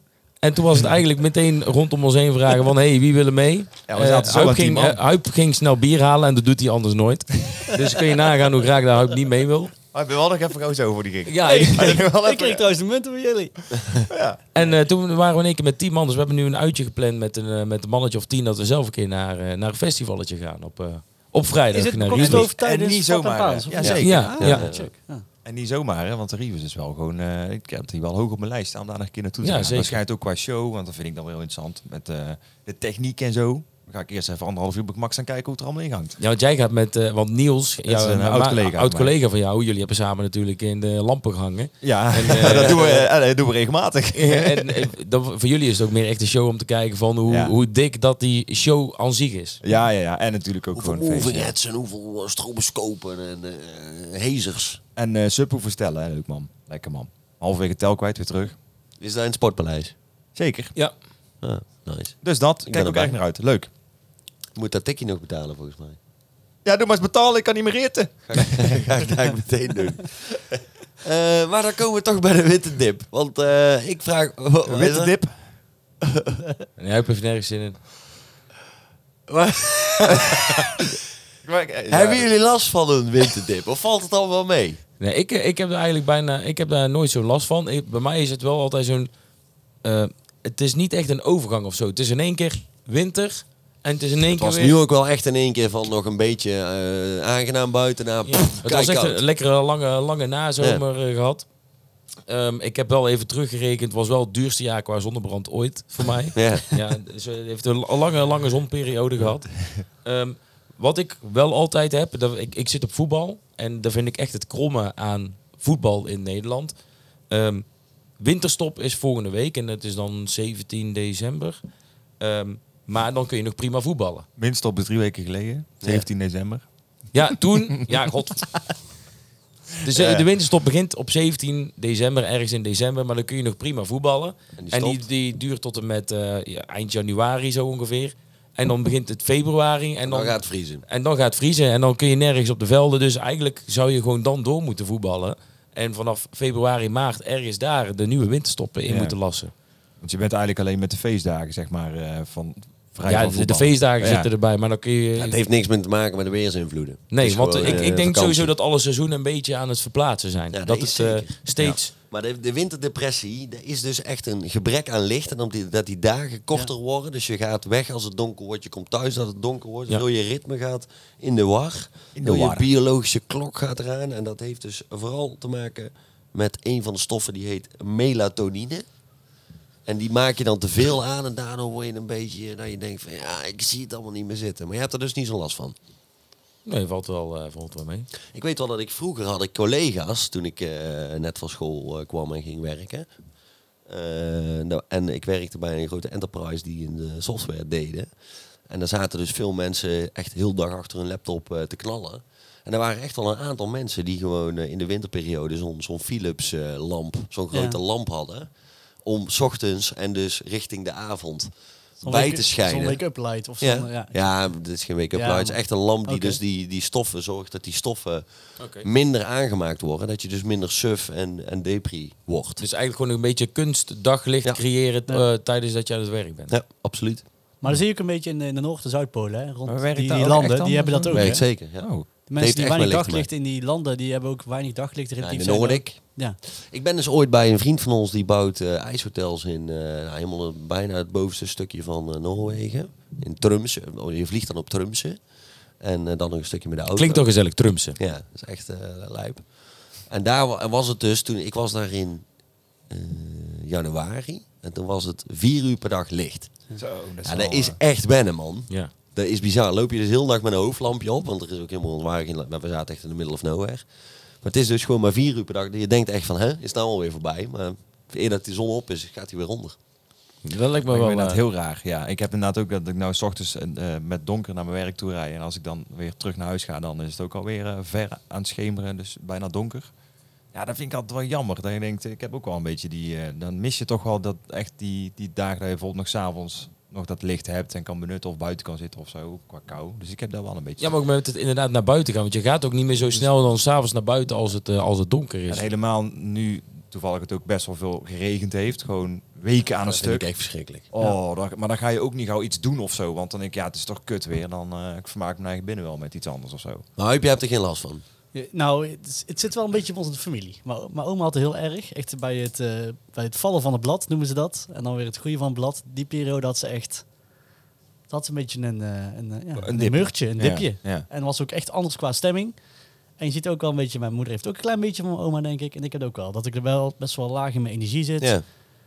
En toen was het eigenlijk meteen rondom ons heen vragen van, hé, hey, wie wil er mee? Ja, we Eh, zaten zo Huip aan tien ging, man. eh, Huip ging snel bier halen en dat doet hij anders nooit. Dus kun je nagaan hoe graag daar Huip niet mee wil. Maar ik ben wel nog even gauw zo voor die ging. Ja, Hij ging wel Ik even- kreeg trouwens de munten van jullie. en uh, toen waren we in één keer met tien man. Dus we hebben nu een uitje gepland met een, uh, met een mannetje of tien... dat we zelf een keer naar, uh, naar een festivalletje gaan op, uh, op vrijdag. Is het naar bekokstof Riesbeek. tijdens En niet Pap en zomaar, Paas, hè? of Ja, niet? zeker. Ja, ja. Ja. ja. Check. Ja. En niet zomaar, hè, want de Rivers is wel gewoon... Uh, ik heb die wel hoog op mijn lijst staan om daar nog een keer naartoe te Ja, gaan. zeker. Waarschijnlijk ook qua show, want dat vind ik dan wel heel interessant. Met uh, de techniek en zo. Dan ga ik eerst even anderhalf uur op Max gaan kijken hoe het er allemaal in hangt. Ja, want jij gaat met... Uh, want Niels, is een ma- oud-collega oud van collega van jou... jullie hebben samen natuurlijk in de lampen gehangen. Ja, En, uh, dat, doen we, uh, dat doen we regelmatig. en uh, dan, voor jullie is het ook meer echt een show om te kijken... van hoe, Ja. hoe dik dat die show aan zich is. Ja, ja, ja. En natuurlijk ook Hoeveel gewoon een feestje. overheads en hoeveel uh, stroboscopen en uh, hazers. En uh, subwoofer stellen, hè, leuk man. Lekker man. Halverwege tel kwijt, weer terug. Is dat in het Sportpaleis? Zeker. Ja. Ah, nice. Dus dat, Ik kijk ben ook erbij. erg naar uit. Leuk. Je moet dat tikkie nog betalen volgens mij. Ja, doe maar eens betalen, ik kan niet meer ritten. Ga ik daar meteen doen. Uh, maar dan komen we toch bij de witte dip. Want uh, ik vraag... wat- wat is Witte dat? dip. En Huip heeft nergens zin in. Hebben jullie last van een winterdip? Of valt het allemaal mee? Nee, ik, ik heb er eigenlijk bijna... Ik heb daar nooit zo last van. Ik- bij mij is het wel altijd zo'n... Uh, het is niet echt een overgang of zo. Het is in één keer winter... En het is in één Het keer was weer... nu ook wel echt in één keer van nog een beetje uh, aangenaam buiten naar... Ja, het was echt een lekkere lange, lange nazomer uh, gehad. Um, ik heb wel even teruggerekend. Het was wel het duurste jaar qua zonnebrand ooit voor mij. Ja. Ja, ze heeft een lange, lange zonperiode gehad. Um, wat ik wel altijd heb, dat, ik, ik zit op voetbal. En daar vind ik echt het kromme aan voetbal in Nederland. Um, winterstop is volgende week en dat is dan zeventien december. Um, maar dan kun je nog prima voetballen. Winststop is drie weken geleden. zeventien december. Ja, toen... Ja, god. Dus uh, de winterstop begint op zeventien december, ergens in december. Maar dan kun je nog prima voetballen. En die, En die, stopt. die duurt tot en met uh, ja, eind januari zo ongeveer. En dan begint het februari. En En dan, dan gaat het vriezen. en dan gaat het vriezen. En dan kun je nergens op de velden. Dus eigenlijk zou je gewoon dan door moeten voetballen. En vanaf februari, maart ergens daar de nieuwe winterstoppen in Ja. moeten lassen. Want je bent eigenlijk alleen met de feestdagen, zeg maar, uh, van vrij Ja, van de, de voetbal. feestdagen Ja. zitten erbij. Maar dan kun je... Ja, het heeft niks meer te maken met de weersinvloeden. Het Nee, is want gewoon, ik, uh, ik denk vakantie. sowieso dat alle seizoenen een beetje aan het verplaatsen zijn. Ja, dat dat is het uh, zeker. steeds... Maar de, de winterdepressie, dat is dus echt een gebrek aan licht. En omdat die, dat die dagen korter worden. Dus je gaat weg als het donker wordt. Je komt thuis dat het donker wordt. Ja. Waardoor je ritme gaat in de war. In de Door je war. biologische klok gaat eraan. En dat heeft dus vooral te maken met een van de stoffen die heet melatonine. En die maak je dan te veel aan. En daardoor word je een beetje, dat je denkt van ja, ik zie het allemaal niet meer zitten. Maar je hebt er dus niet zo last van. Nee, valt wel, uh, valt wel mee. Ik weet wel dat ik vroeger had ik collega's toen ik uh, net van school uh, kwam en ging werken. Uh, nou, en ik werkte bij een grote enterprise die in de software deden. En daar zaten dus veel mensen echt heel dag achter hun laptop uh, te knallen. En er waren echt wel een aantal mensen die gewoon uh, in de winterperiode zo'n zo'n Philips uh, lamp, zo'n grote Ja. lamp hadden. Om 's ochtends en dus richting de avond Zo'n bij wake- te schijnen. Zo'n wake-up light of zo'n... Ja, Ja. ja, dit is geen wake-up Ja, light. Het is maar- echt een lamp die Oké. dus die, die stoffen zorgt dat die stoffen Okay. minder aangemaakt worden. Dat je dus minder suf en, en depri wordt. Dus eigenlijk gewoon een beetje kunstdaglicht Ja. creëren Ja. uh, tijdens dat je aan het werk bent. Ja, absoluut. Maar dan zie je ook een beetje in de, in de Noord- en Zuidpolen. Hè? Rond Maar werkt die, dat die ook landen, echt die hebben dat andersom? ook. Werkt Hè? zeker. Ja. Oh. De mensen heeft die echt weinig met licht daglicht in die landen, die hebben ook weinig daglicht. Ja, in relatief de zijn Noordik. Ja. Ik ben dus ooit bij een vriend van ons die bouwt uh, ijshotels in uh, nou, helemaal het- bijna het bovenste stukje van uh, Noorwegen. In Tromsø. Oh, je vliegt dan op Tromsø. En uh, dan nog een stukje met de auto. Klinkt toch gezellig, Trumpse. Ja, dat is echt uh, lijp. En daar wa- was het dus toen, ik was daar in uh, januari. En toen was het vier uur per dag licht. Zo, dat is, Ja, wel, dat is uh, echt wennen, man. Ja. Dat is bizar. Loop je dus heel dag met een hoofdlampje op. Want er is ook helemaal waar geen... la- We zaten echt in de middle of nowhere. Maar het is dus gewoon maar vier uur per dag. Je denkt echt van, hè, is het nou alweer voorbij? Maar eer dat die zon op is, gaat hij weer onder. Dat lijkt me Maar ik wel... vind inderdaad uh, heel raar. Ja, ik heb inderdaad ook dat ik nou 's ochtends uh, met donker naar mijn werk toe rijd. En als ik dan weer terug naar huis ga, dan is het ook alweer uh, ver aan het schemeren. Dus bijna donker. Ja, dat vind ik altijd wel jammer. Dat je denkt, ik heb ook wel een beetje die... Uh, dan mis je toch wel dat echt die, die dagen dat je bijvoorbeeld nog 's avonds nog dat licht hebt en kan benutten of buiten kan zitten of zo, qua kou. Dus ik heb daar wel een beetje... ja, maar ook met het inderdaad naar buiten gaan. Want je gaat ook niet meer zo snel dan s'avonds naar buiten als het, uh, als het donker is. En helemaal nu, toevallig het ook best wel veel geregend heeft. Gewoon weken aan een Dat vind stuk. ik echt verschrikkelijk. Oh, dan, maar dan ga je ook niet gauw iets doen of zo. Want dan denk ik, ja, het is toch kut weer. Dan uh, ik vermaak me eigen binnen wel met iets anders of zo. Nou, heb je hebt er geen last van. Ja, nou, het, is- het zit wel een beetje op onze familie. Maar mijn oma had het heel erg. Echt bij het, eh, bij het vallen van het blad noemen ze dat. En dan weer het groeien van het blad. Die periode had ze echt... Het had een beetje een, eh, een, eh, ja, Een een dip. meurtje, een Ja, dipje. ja. En was ook echt anders qua stemming. En je ziet ook wel een beetje... Mijn moeder heeft ook een klein beetje van mijn oma, denk ik. En ik heb het ook wel. Dat ik er wel best wel laag in mijn energie zit. Ja.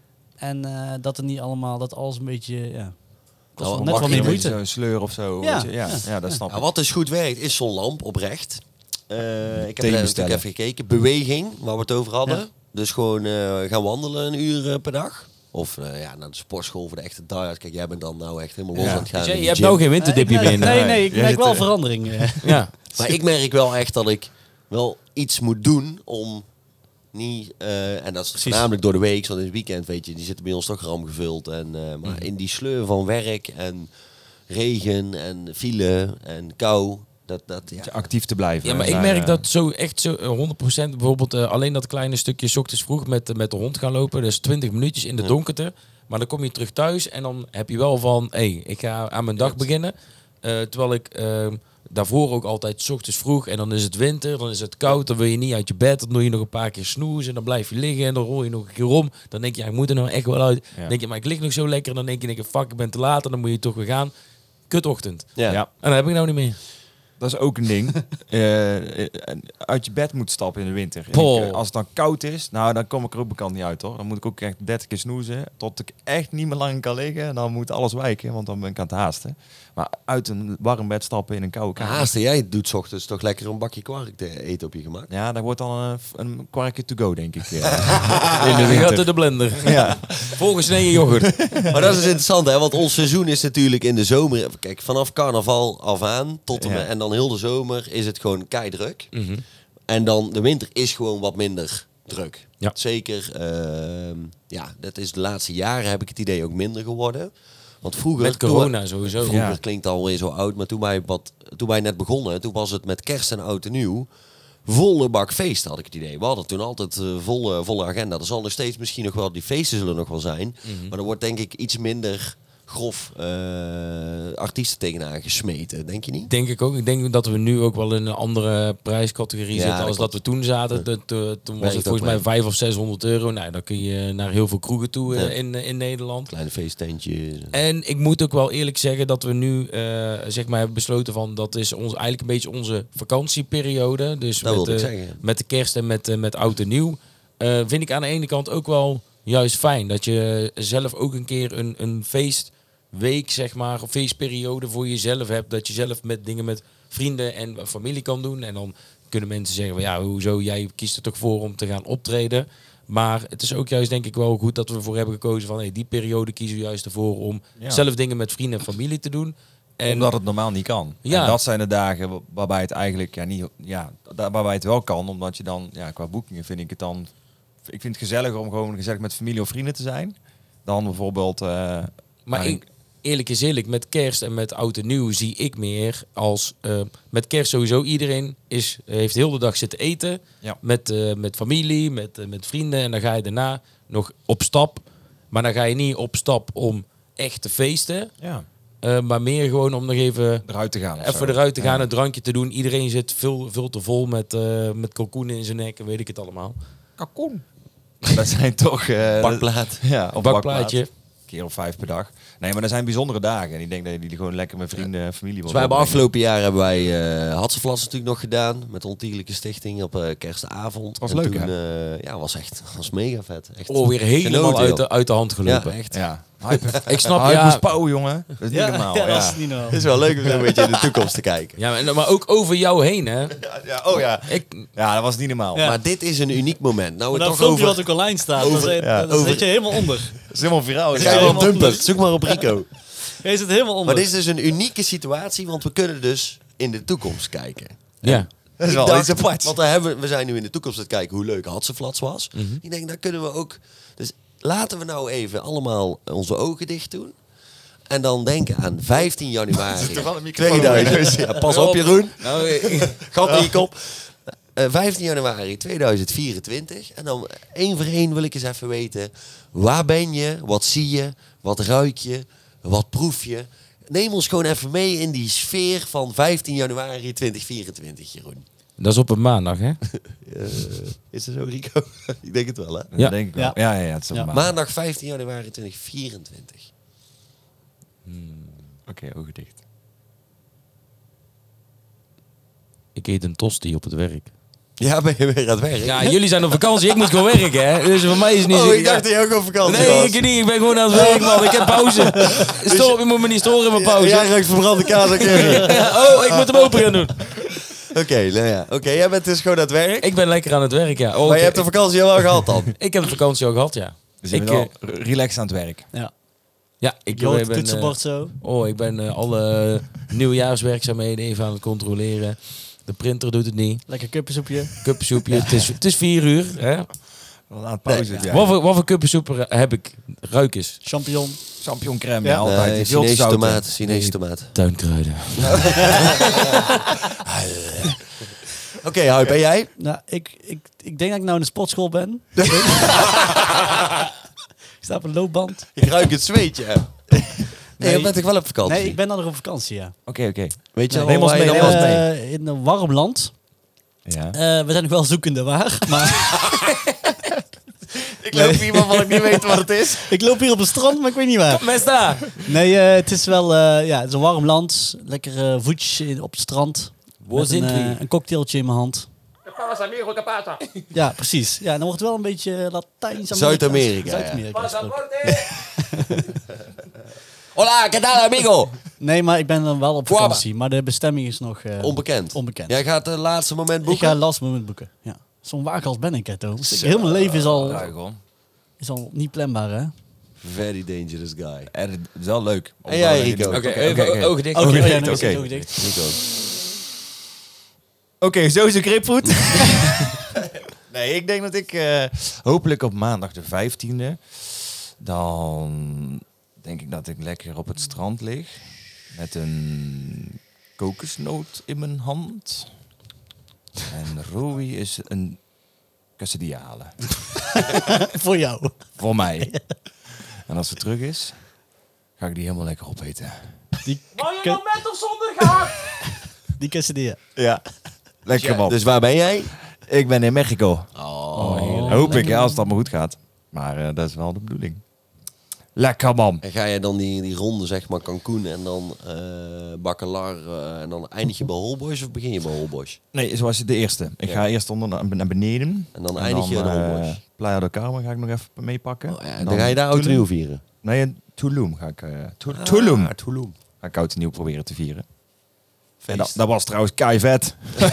En eh, dat er niet allemaal... Dat alles een beetje... Ja, kost Nou, wel net mag wat je meer een moeite. Zo'n sleur of zo. Ja, weet je. Ja, ja, ja, dat ja. snap Nou, ik. wat dus goed werkt, is zo'n lamp oprecht. Uh, ik heb Thee er bestellen. natuurlijk even gekeken. Beweging, waar we het over hadden. Ja. Dus gewoon uh, gaan wandelen een uur uh, per dag. Of uh, ja, naar de sportschool voor de echte diehards. Kijk, jij bent dan nou echt helemaal los Ja. aan het gaan. Dus in jij, je de hebt gym. nou geen winterdipje nee, meer. nee, Nee. nee, nee, ik Jij merk zit, wel eh, verandering. eh. Ja. Maar ik merk wel echt dat ik wel iets moet doen om niet... Uh, en dat is Precies. voornamelijk door de week. Want in het weekend, weet je, die zitten bij ons toch ramgevuld. En, uh, maar Mhm. in die sleur van werk en regen en file en kou... Dat, dat, ja. Beetje actief te blijven. Ja, maar ik Daar, merk eh, dat zo echt zo eh, honderd procent bijvoorbeeld uh, alleen dat kleine stukje 's ochtends vroeg met, uh, met de hond gaan lopen. Dus twintig minuutjes in de Ja. donkerte. Maar dan kom je terug thuis en dan heb je wel van, hé, hey, ik ga aan mijn dag beginnen. Uh, terwijl ik uh, daarvoor ook altijd 's ochtends vroeg en dan is het winter, dan is het koud, dan wil je niet uit je bed. Dan doe je nog een paar keer snoezen, dan blijf je liggen en dan rol je nog een keer om. Dan denk je, ja, ik moet er nou echt wel uit. Ja. Dan denk je, maar ik lig nog zo lekker. En dan denk je, denk je, fuck, ik ben te laat en dan moet je toch weer gaan. Kutochtend. Ja. Ja. En dat heb ik nou niet meer. Dat is ook een ding. Eh, eh, uit je bed moet stappen in de winter. En Pol. ik, eh, als het dan koud is, nou dan kom ik er ook bekend niet uit hoor. Dan moet ik ook echt dertig keer snoezen. Tot ik echt niet meer lang kan liggen. En dan moet alles wijken, want dan ben ik aan het haasten. Maar uit een warm bed stappen in een koude kamer. Haasten, jij doet 's ochtends toch lekker een bakje kwark te eten op je gemak? Ja, daar wordt dan een, een kwarkje to go, denk ik. Ja. In de winter. Je gaat door de blender. Ja. Volgesneden yoghurt. Maar dat is dus interessant, hè? Want ons seizoen is natuurlijk in de zomer... Kijk, vanaf carnaval af aan tot en, Ja. met, en dan heel de zomer is het gewoon keidruk. Mhm. En dan de winter is gewoon wat minder druk. Ja. Zeker, ehm, ja, dat is de laatste jaren heb ik het idee ook minder geworden. Want vroeger... Met toen corona we- sowieso. Vroeger Ja. klinkt alweer zo oud, maar toen wij, wat, toen wij net begonnen, toen was het met kerst en oud en nieuw... Volle bak feest had ik het idee. We hadden toen altijd uh, volle, volle agenda. Er zal nog steeds misschien nog wel, die feesten zullen nog wel zijn. Mhm. Maar er wordt denk ik iets minder grof uh, artiesten tegenaan gesmeten. Denk je niet? Denk ik ook. Ik denk dat we nu ook wel in een andere prijscategorie Ja, zitten dat als klopt. dat we toen zaten. De, de- toen was Werkt het volgens ook mij vijf of zeshonderd euro. Nou, dan kun je naar heel veel kroegen toe eh, Ja. in, in Nederland. Kleine feesttentjes. En ik moet ook wel eerlijk zeggen dat we nu uh, zeg maar hebben besloten van dat is ons eigenlijk een beetje onze vakantieperiode. Dus Dat met, wilde ik uh, zeggen. met de kerst en met, uh, met oud en nieuw. Uh, vind ik aan de ene kant ook wel juist fijn dat je zelf ook een keer een, een feestweek, zeg maar, of feestperiode voor jezelf hebt. Dat je zelf met dingen met vrienden en familie kan doen. En dan kunnen mensen zeggen van ja, hoezo, jij kiest er toch voor om te gaan optreden. Maar het is ook juist denk ik wel goed dat we ervoor hebben gekozen van hey, die periode kiezen we juist ervoor om Ja. zelf dingen met vrienden en familie te doen. En Omdat het normaal niet kan. Ja. En dat zijn de dagen wa- waarbij het eigenlijk ja, niet, ja, da- waarbij het wel kan, omdat je dan ja, qua boekingen vind ik het dan. Ik vind het gezelliger om gewoon gezellig met familie of vrienden te zijn dan bijvoorbeeld. eh, Maar nou, ik, eerlijk is eerlijk, met kerst en met oud en nieuw zie ik meer als... Uh, met kerst sowieso, iedereen is, heeft heel de dag zitten eten. Ja. Met, uh, met familie, met, uh, met vrienden. En dan ga je daarna nog op stap. Maar dan ga je niet op stap om echt te feesten. ja, Uh, maar meer gewoon om nog even... eruit te gaan. of Even zo. eruit te gaan, Ja. een drankje te doen. Iedereen zit veel, veel te vol met, uh, met kalkoenen in zijn nek en weet ik het allemaal. Kalkoen. Dat zijn toch. eh, Bakplaat. Ja, of Bakplaatje. Een keer of vijf per dag. Nee, maar dat zijn bijzondere dagen. En ik denk dat je die gewoon lekker met vrienden en familie wil Dus wij hebben doorbrengen. afgelopen jaar hebben wij uh, Hatseflats natuurlijk nog gedaan met de Ontiegelijke Stichting op uh, kerstavond. Was en leuk, toen, hè? uh, ja, was echt was mega vet. Echt Oh, weer helemaal genoten, uit joh. de, uit de hand gelopen. Ja, echt. Ja. Hype. Ik snap, Hype ja. moest pauwen, jongen. Dat is niet Ja, normaal. ja, Ja, dat is niet normaal. Het is wel leuk om zo een beetje in de toekomst te kijken. Ja, maar, maar ook over jou heen, hè. Ja, ja, oh ja. Ik, Ja, dat was niet normaal. Ja. Maar dit is een uniek moment. Nou, Maar we dat toch filmpje over... wat ook online staat, over- daar zit- ja, daar over- zit je helemaal onder. Dat is helemaal viraal. Ga Ja, je Ja, wel helemaal dumpen. onder. Zoek maar op Rico. Je zit helemaal onder. Maar dit is dus een unieke situatie, want we kunnen dus in de toekomst kijken. ja. dat is Ik wel dacht- iets aparts. Want daar hebben we, we zijn nu in de toekomst aan het kijken hoe leuk Hatseflats was. Mhm. Ik denk, daar kunnen we ook... Dus laten we nou even allemaal onze ogen dicht doen. En dan denken aan vijftien januari Zit er wel een microfoon op? tweeduizend. Ja, pas op, Jeroen. Nou, ik- Gat in je kop. uh, vijftien januari tweeduizend vierentwintig. En dan één voor één wil ik eens even weten. Waar ben je? Wat zie je? Wat ruik je? Wat proef je? Neem ons gewoon even mee in die sfeer van vijftien januari tweeduizend vierentwintig, Jeroen. Dat is op een maandag, hè? Uh, is dat zo, Rico? Ik denk het wel, hè? Dat Ja. denk ik wel. Ja. Ja, ja, ja. Het is Ja. ja. Maandag vijftien januari tweeduizend vierentwintig. Oké, ogen dicht. Ik eet een tosti op het werk. Ja, ben je weer aan het werk? Ja, jullie zijn op vakantie, ik moet gewoon werken, hè? Dus voor mij is het niet Oh, zo... ik ja. dacht dat je ook op vakantie Nee, was. ik niet. Ik ben gewoon aan het werk, man. Ik heb pauze. Stop, je moet me niet storen in mijn pauze. Jij ruikt verbrande kaas en curry. Ja, oh, ik moet hem open gaan doen. Oké, nou ja. Oké, jij bent dus gewoon aan het werk. Ik ben lekker aan het werk, ja. Oh, maar je ik- hebt de vakantie al wel gehad dan? Ik heb de vakantie al gehad, ja. Dus je Ik, bent wel relaxed aan het werk. Ja. Ja, ik Je hoort het ben, toetsenbord zo. eh, oh, ik ben eh, alle nieuwjaarswerkzaamheden even aan het controleren. De printer doet het niet. Lekker kuppensoepje. Kuppensoepje. Het is, het is vier uur. Hè? Wel aan het pauze. Nee, ja. Wat, voor, wat voor kuppensoep er- heb ik? Ruik eens. Champignon. Champignon crème, Ja. ja, altijd. Nee, Die veel te Chinese zout, hè. tomaten, Chinese tomaten. Tuinkruiden. Oké, okay, ben jij? Nou, ik, ik, ik denk dat ik nou in de sportschool ben. Ik sta op een loopband. Ik ruik het zweetje. Nee, Nee. je bent toch wel op vakantie? Nee, ik ben dan nog op vakantie, ja. Oké, oké. Weet je Nee, al neem ons waar je mee, dan neem was? ons mee. Eh, in een warm land. Ja. Eh, we zijn nog wel zoekende waar. Maar Ik loop iemand van ik niet weet wat het is. ik loop hier op het strand, maar ik weet niet waar. Mesta! Nee, eh, het is wel eh, ja, het is een warm land. Lekker eh voetjes in- op het strand. Waar Met een, zijn eh, we? een cocktailtje in mijn hand. Ja, precies. Ja, dan wordt het wel een beetje Latijns-Amerika. Zuid-Amerika, Zuid-Amerika is het ook. Hola, ¿qué tal, amigo? Nee, maar ik ben dan wel op Guava. vakantie. Maar de bestemming is nog eh, Onbekend. onbekend. Jij gaat het laatste moment Ik boeken? ga last moment boeken. Ja. Zo'n waaghals ben ik, hè, Thomas. Heel mijn leven is al, Ruik, hoor. is al niet planbaar, hè? Very dangerous guy. Eh, Het is wel leuk. En jij, Rico? Oké, Oké, even oké. ogen dicht. Oké, Ogen oh ja, dicht, nu is het oké. ogen dicht. Rico. Oké, zo is een grapefruit. Nee, ik denk dat ik eh, hopelijk op maandag de vijftiende... dan denk ik dat ik lekker op het strand lig. Met een kokosnoot in mijn hand. En Rowie is een quesadilla Voor jou. voor mij. En als ze terug is, ga ik die helemaal lekker opeten. Die, Wou je ke- nou met of zonder gehakt? die quesadilla. Ja. Lekker man. Dus waar ben jij? Ik ben in Mexico. Oh. Hoop ik, ja, als het allemaal goed gaat. Maar eh, dat is wel de bedoeling. Lekker man. En ga je dan die, die ronde, zeg maar, Cancun en dan eh Bacalar eh, en dan eindig je bij Holbox of begin je bij Holbox? Nee, zoals de eerste. Ik Ja. ga eerst onder naar, naar beneden. En dan eindig je in eh, Holbox. Playa del Carmen ga ik nog even meepakken. Oh, ja, En dan, ga je daar oud en Tulum. nieuw vieren. Nee, in Tulum ga ik... eh, Tu- Tulum Ah, Tulum. ga ik oud en nieuw proberen te vieren. En Feest. dat, dat was trouwens kei vet.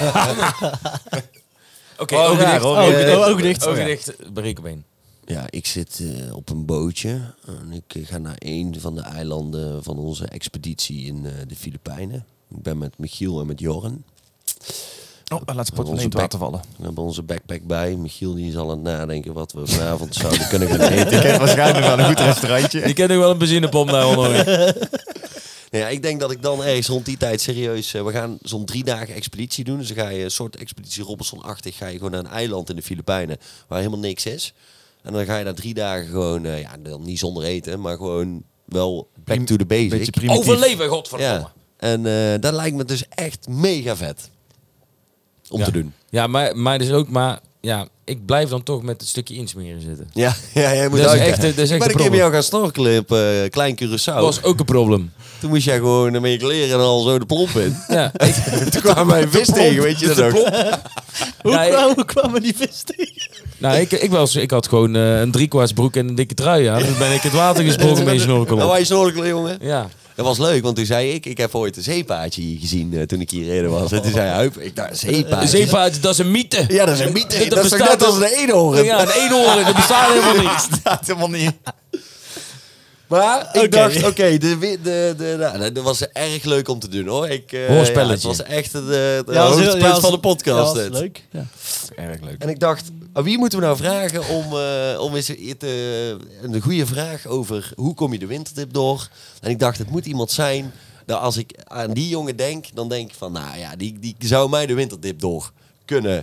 Oké, Oh, ogen raar, dicht. hoor. Ogen Oh, dicht. oh, ogen dicht. Ogen Ja. dicht. Berekenbeen. Ja, ik zit eh, op een bootje en ik eh, ga naar een van de eilanden van onze expeditie in eh, de Filipijnen. Ik ben met Michiel en met Jorren. Oh, laat sport Onze in het bek. water vallen. We hebben onze backpack bij. Michiel die is al aan het nadenken wat we vanavond zouden kunnen gaan eten. Ik heb waarschijnlijk wel een goed restaurantje. Die ken ik wel een benzinepomp daar onder. Nou ja, ik denk dat ik dan ergens rond die tijd serieus... eh, we gaan zo'n drie dagen expeditie doen. Dus dan ga je een soort expeditie Robinson-achtig... ga je gewoon naar een eiland in de Filipijnen... waar helemaal niks is. En dan ga je daar drie dagen gewoon... eh, ja, dan niet zonder eten, maar gewoon wel back to the basic. Beetje primitief. Overleven, godverdomme. Ja. En eh, dat lijkt me dus echt mega vet. Om Ja. te doen. Ja, maar, maar dus ook, maar ja, ik blijf dan toch met het stukje insmeren zitten. Ja, ja jij moet Dat is ook- echt, dat is Ik echt ben een een keer met probleem. jou gaan snorkelen op eh, Klein Curaçao. Dat was ook een probleem. Toen moest jij gewoon met je kleren en al zo de plomp in. Ja, ik, Toen kwamen wij een vis tegen, weet je dat ook? Hoe, Ja, ik- kwam, hoe kwamen die vis tegen? nou, ik, ik, was, ik had gewoon eh, een driekwarts broek en een dikke trui aan. Dus ben ik het water gesprongen met je Dan snorkelen. wou je snorkelen, jongen. Ja. Dat was leuk, want toen zei ik, ik heb ooit een zeepaardje hier gezien eh, toen ik hier eerder was. En toen zei hij, Huip, ik dacht, een zeepaardje? Een zeepaard, dat is een mythe. Ja, dat is een mythe. Dat Dat, is toch bestaat net als toch- een eenhoorn? Ja, een eenhoorn, dat bestaat helemaal niet. staat helemaal niet. Maar ik Oké. dacht, oké, de, de, de, de, nou, dat was erg leuk om te doen, hoor. Ik, eh, Hoorspelletje. ja, het was echt het, eh, het Ja, was heel- hoogtepunt ja, was- van de podcast. Ja, dit. was leuk. Ja. Erg leuk. En ik dacht, aan wie moeten we nou vragen om, eh, om eens te, een goede vraag over hoe kom je de wintertip door? En ik dacht, het moet iemand zijn, dat als ik aan die jongen denk, dan denk ik van, nou ja, die, die zou mij de wintertip door kunnen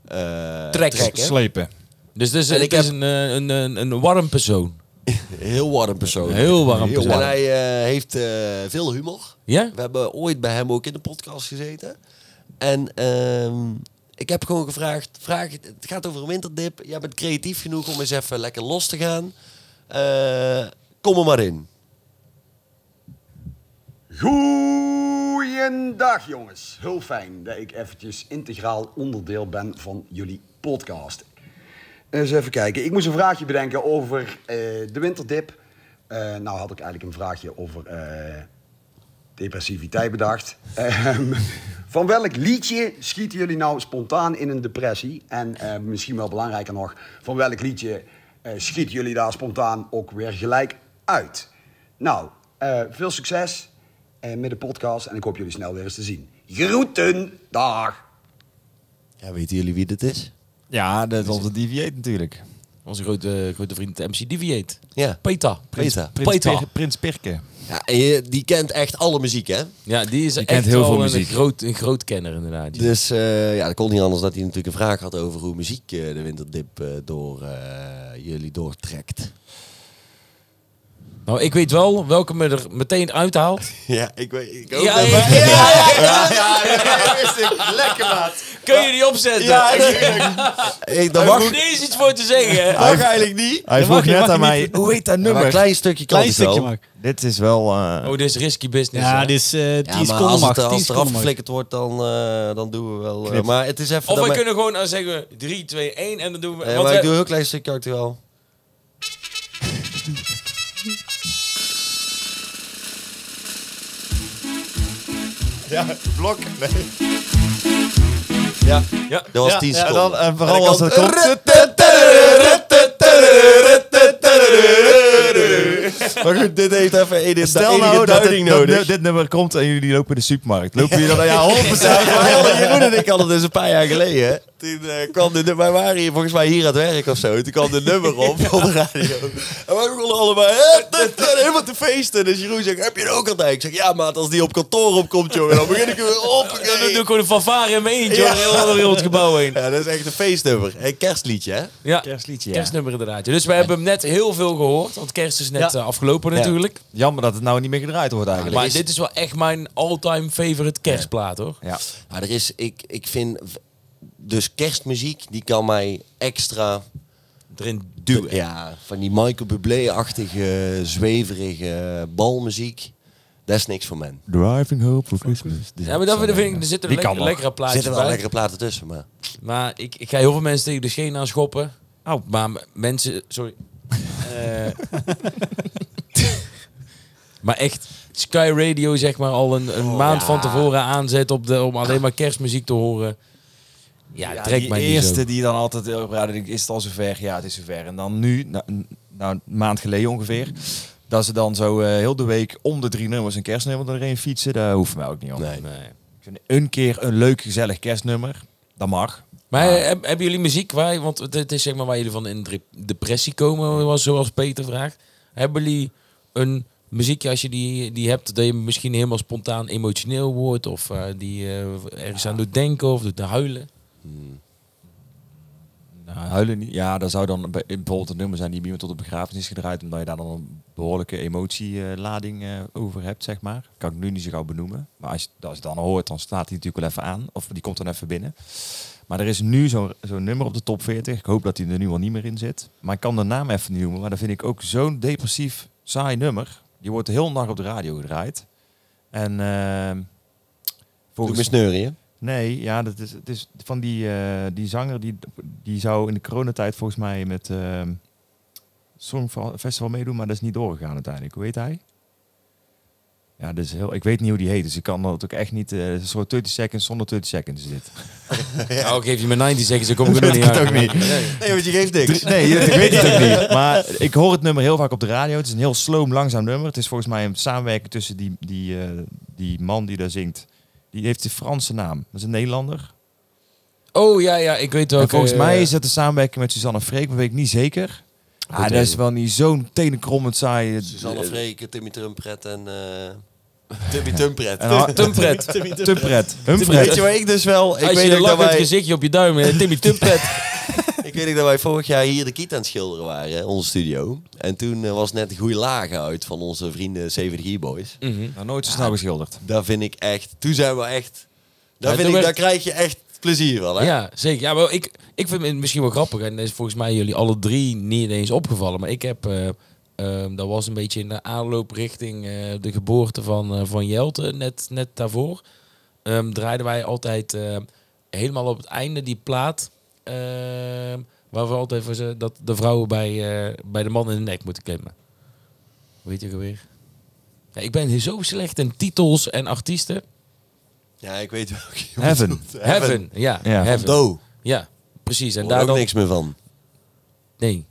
uh, Trekken. trekken. Slepen. Dus het is, En het ik is heb- een, eh, een, een, een warm persoon. Heel warm persoon. Heel warm Heel persoon. En hij uh, heeft uh, veel humor. Ja? We hebben ooit bij hem ook in de podcast gezeten. En uh, ik heb gewoon gevraagd, vraag, het gaat over een winterdip. Jij bent creatief genoeg om eens even lekker los te gaan. Uh, kom er maar in. Goeiedag jongens. Heel fijn dat ik eventjes integraal onderdeel ben van jullie podcast. Eens even kijken. Ik moest een vraagje bedenken over uh, de winterdip. Uh, nou had ik eigenlijk een vraagje over uh, depressiviteit bedacht. Uh, van welk liedje schieten jullie nou spontaan in een depressie? En uh, misschien wel belangrijker nog, van welk liedje uh, schieten jullie daar spontaan ook weer gelijk uit? Nou, uh, veel succes uh, met de podcast en ik hoop jullie snel weer eens te zien. Groeten, dag! Ja, weten jullie wie dit is? Ja, dat is onze Deviate natuurlijk. Onze grote, grote vriend M C Deviate. Ja, Peter. Peter. Prins, Peter. Pir- Prins Pirke. Ja, en je, die kent echt alle muziek, hè? Ja, die is Die echt kent heel wel veel een, muziek. groot, een groot kenner inderdaad. Dus uh, ja, dat kon niet anders dat hij natuurlijk een vraag had over hoe muziek uh, de winterdip uh, door uh, jullie doortrekt. Nou, ik weet wel welke me er meteen uithaalt. Ja, ik weet. Ik ook Ja, dat- ja, ja, ja, ja, ja, wist ik. Lekker, maat. Kun je die opzetten? Ja, ik, ik, dat Daar mag, moet niet eens iets voor te zeggen. hè? mag eigenlijk niet. Hij mag vroeg je- net mag je aan mij, niet- hoe heet dat Ja, maar nummer? een klein stukje kan Klein het wel. stukje, Mark. Dit is wel... uh, Oh, dit is risky business. Ja, hè? dit is, uh, Ja, tien maar seconden als mag. het, tien als het eraf seconden mag. geflikkerd wordt, dan, uh, dan doen we wel. Uh, Knip. maar het is even... Of dat we me- kunnen gewoon uh, zeggen drie, twee, één en dan doen we... Nee, want maar we- ik doe een heel klein stukje actueel. ja, blok. Nee. Ja, Ja. dat was Ja, tien ja, seconden. en dan, en vooral En dan als het kan- komt... Maar goed, dit heeft even een, Stel enige nou dat, duiding dit, dat nodig. dit nummer komt en jullie lopen in de supermarkt. Lopen jullie dan... Ja, honderd procent. Ja, Jeroen en ik hadden dus een paar jaar geleden. Toen uh, kwam de, wij waren hier volgens mij hier aan het werk of zo. Toen kwam de nummer op op de radio. En wij begonnen allemaal hè, helemaal te feesten. Dus Jeroen zegt, heb je er ook altijd? Ik zeg, ja maat, als die op kantoor opkomt, jongen, dan begin ik weer op. Dan doe ik gewoon een fanfare in mijn eentje Ja. door heel, heel het gebouw heen. Ja, dat is echt een feestnummer. Een kerstliedje, hè? Ja, Kerstliedje, ja. kerstnummer inderdaad. Dus we hebben hem net heel veel gehoord, want kerst is net Ja. uh, afgelopen Ja. natuurlijk. Jammer dat het nou niet meer gedraaid wordt eigenlijk. Maar is- dit is wel echt mijn all-time favorite kerstplaat, hoor. Ja. Maar er is, ik, ik vind, dus kerstmuziek, die kan mij extra Erin duwen. duwen. Ja, van die Michael Bublé-achtige, zweverige balmuziek. Dat is niks voor men. Driving Hope for Christmas. Ja, maar dat vind ik, er zitten Die le kan nog. lekkere Er plaatjes zitten wel bij. lekkere platen tussen, maar... Maar ik, ik ga heel veel mensen tegen de schenen aan schoppen. Oh. Maar m- mensen... Sorry. Eh, maar echt, Sky Radio zeg maar al een, een maand van tevoren aanzet op de, om alleen maar kerstmuziek te horen. Ja, Ja, trek die mij niet eerste zo. die dan altijd heel raar denkt, is het al zover? Ja, het is zover. En dan nu, nou, n- nou een maand geleden ongeveer, dat ze dan zo eh, heel de week om de drie nummers een kerstnummer erheen fietsen, daar hoeft mij ook niet om. Nee. Nee. Ik vind een keer een leuk, gezellig kerstnummer, dat mag. Maar eh, heb- hebben jullie muziek waar, want het- het is zeg maar waar jullie van in de depressie komen, zoals Peter vraagt. Hebben jullie een muziekje als je die, die hebt, dat je misschien helemaal spontaan emotioneel wordt of uh, die uh, ergens aan doet denken of doet huilen? Nou, huilen niet. Ja, dat zou dan bij- bijvoorbeeld een nummer zijn die bij iemand tot de begrafenis is gedraaid, omdat je daar dan een behoorlijke emotielading uh, over hebt, zeg maar. Kan ik nu niet zo gauw benoemen. Maar als je, als je het dan hoort, dan staat hij natuurlijk wel even aan. Of die komt dan even binnen. Maar er is nu zo'n zo'n nummer op de top veertig. Ik hoop dat hij er nu al niet meer in zit. Maar ik kan de naam even niet noemen. Maar dat vind ik ook zo'n depressief, saai nummer. Die wordt de hele nacht op de radio gedraaid. En uh, Volgens volgens... me sneuren, hè? Nee, ja, dat is, het is van die, uh, die zanger die, die zou in de coronatijd volgens mij met uh, Songfestival meedoen, maar dat is niet doorgegaan uiteindelijk. Hoe heet hij? Ja, dat is heel, ik weet niet hoe die heet, dus ik kan dat ook echt niet. Uh, het is een soort dertig seconds zonder dertig seconds is dit. Ja. Nou, ik geef je mijn negentig seconds, dan kom ik er nog niet uit. ook niet. Nee, want je geeft niks. Drie- Nee, ik weet het ook niet. Maar ik hoor het nummer heel vaak op de radio. Het is een heel sloom, langzaam nummer. Het is volgens mij een samenwerking tussen die, die, uh, die man die daar zingt. Die heeft de Franse naam. Dat is een Nederlander. Oh ja, ja, ik weet wel. En volgens mij is het een samenwerking met Suzanne Freek, maar weet ik niet zeker. Ah, dat is wel niet zo'n tenenkrommend saai. Suzanne Freek, Timmy Trumpret en... Uh, Tummy Tumpret. En ha- Tumpret. Tumpret. Weet Humpret. je waar ik dus wel... Ik Als weet je ook een dat lachend wij, gezichtje op je duim, eh, Timmy Tumpret. ik weet ook dat wij vorig jaar hier de kiet aan het schilderen waren, hè, onze studio. En toen uh, was net een goede lagen uit van onze vrienden zeven G Boys. Mhm. Nou, nooit zo snel geschilderd. Daar vind ik echt... Toen zijn we echt... Daar, Ja, vind toen ik, werd- daar krijg je echt plezier van, hè? Ja, zeker. Ja, maar ik, ik vind het misschien wel grappig. En dat is volgens mij jullie alle drie niet eens opgevallen. Maar ik heb... eh, ehm, dat was een beetje in de aanloop richting eh, de geboorte van, eh, van Jelte. Net, net daarvoor. Ehm, draaiden wij altijd eh, helemaal op het einde die plaat. ehm, waar we altijd voor ze dat de vrouwen bij, eh, bij de man in de nek moeten klimmen. Weet je weer? Ja, ik ben zo slecht in titels en artiesten. Ja, ik weet welke je Heaven. bedoelt. Heaven, ja. Ja. Heaven. Do. Ja, precies. En En daar daar ook dan... niks meer van. Nee.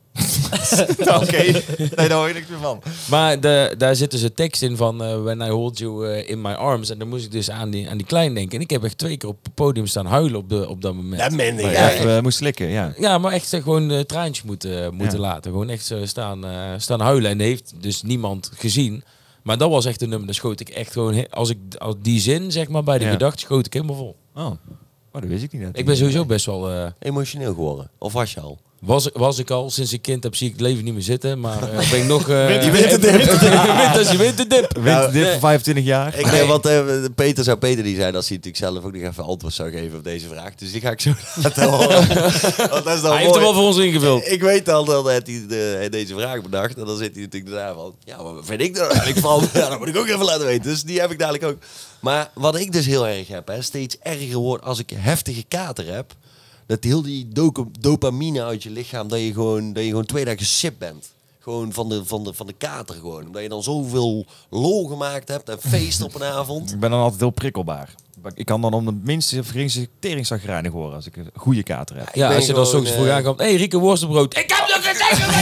Oké. Nee, daar hoor je niks meer van. Maar de, daar zit dus een tekst in van uh, When I hold you uh, in my arms. En dan moest ik dus aan die, aan die klein denken. En ik heb echt twee keer op het podium staan huilen op, de, op dat moment. Dat meen ik. Maar Ja, ja, even, uh, moest slikken, ja. Ja, maar echt uh, gewoon uh, traantjes moeten, moeten Ja. laten. Gewoon echt uh, staan, uh, staan huilen. En dat heeft dus niemand gezien. Maar dat was echt een nummer. Daar schoot ik echt gewoon... he- Als ik als die zin, zeg maar, bij de Ja. gedachte, schoot ik helemaal vol. Oh. Oh, dat wist ik niet. net. Ik ben sowieso best wel... Uh, Emotioneel geworden. Of was je al? was, was ik al, sinds ik kind heb, zie ik het leven niet meer zitten. Maar uh, ben ik nog... Uh, Je winterdip. Winters, je winterdip. Winterdip Nou, van vijfentwintig jaar. Ik denk wat uh, Peter zou Peter die zei dat hij natuurlijk zelf ook nog even antwoord zou geven op deze vraag. Dus die ga ik zo laten horen. Want dat is dan Hij heeft hem mooi. al voor ons ingevuld. Ik weet al dat hij de, deze vraag bedacht. En dan zit hij natuurlijk daarna van... Ja, wat vind ik er eigenlijk van? Ja, dat moet ik ook even laten weten. Dus die heb ik dadelijk ook. Maar wat ik dus heel erg heb, hè, steeds erger wordt als ik heftige kater heb. Dat heel die doco- dopamine uit je lichaam, dat je gewoon, dat je gewoon twee dagen gesip bent. Gewoon van de, van, de, van de kater gewoon. Omdat je dan zoveel lol gemaakt hebt en feest op een avond. Ik ben dan altijd heel prikkelbaar. Ik kan dan om de minste of geringste teringzagrijnig worden als ik een goede kater heb. Ja, ben als je dan gewoon, zo vroeg eh, aankomt. Hé, hey, Rieke worstenbrood. Ik heb nog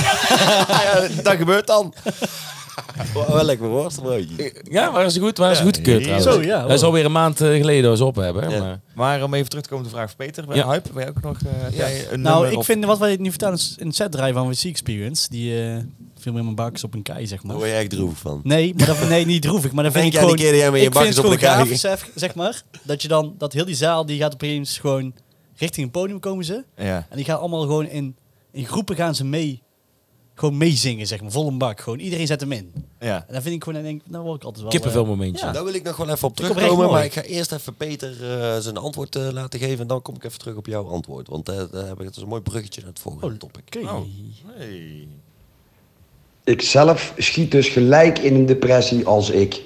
gezegd. Ja, dat gebeurt dan. Wel lekker worstenbroodje. Ja, waren ze goed? Waren ze goed gekeurd Ja, trouwens. zo, ja, Dat is hoor. alweer een maand eh, geleden als we op hebben. Hè? Ja. Maar, Maar om even terug te komen op de vraag van Peter. Bij Ja. Hype, ben jij ook nog uh, heb jij een Nou, nummer ik of- vind wat wij nu vertellen is in het set draaien van Sea Experience. Die uh, viel me in mijn bakjes op een kei, zeg Daar maar. word je echt droevig van. Nee, maar dat, nee, niet droevig. Maar dan vind Denk ik jij gewoon... die keer dat jij met je ik vind bakjes het op gewoon elkaar grafisch, zeg, zeg maar. Dat je dan... Dat heel die zaal, die gaat opeens gewoon... Richting een podium komen ze. Ja. En die gaan allemaal gewoon in... In groepen gaan ze mee... Gewoon meezingen, zeg maar. Vol een bak. Gewoon iedereen zet hem in. Ja. En dan vind ik gewoon... Dan denk ik, nou word ik altijd wel... kippenvel eh, momentje. Ja. Daar wil ik nog wel even op Vind ik terugkomen. oprecht Maar ik mooi. ga eerst even Peter uh, zijn antwoord uh, laten geven. En dan kom ik even terug op jouw antwoord. Want uh, daar heb ik het is een mooi bruggetje naar het volgende Oh, topic. Oké. Oh. Hey. Ik zelf schiet dus gelijk in een depressie als ik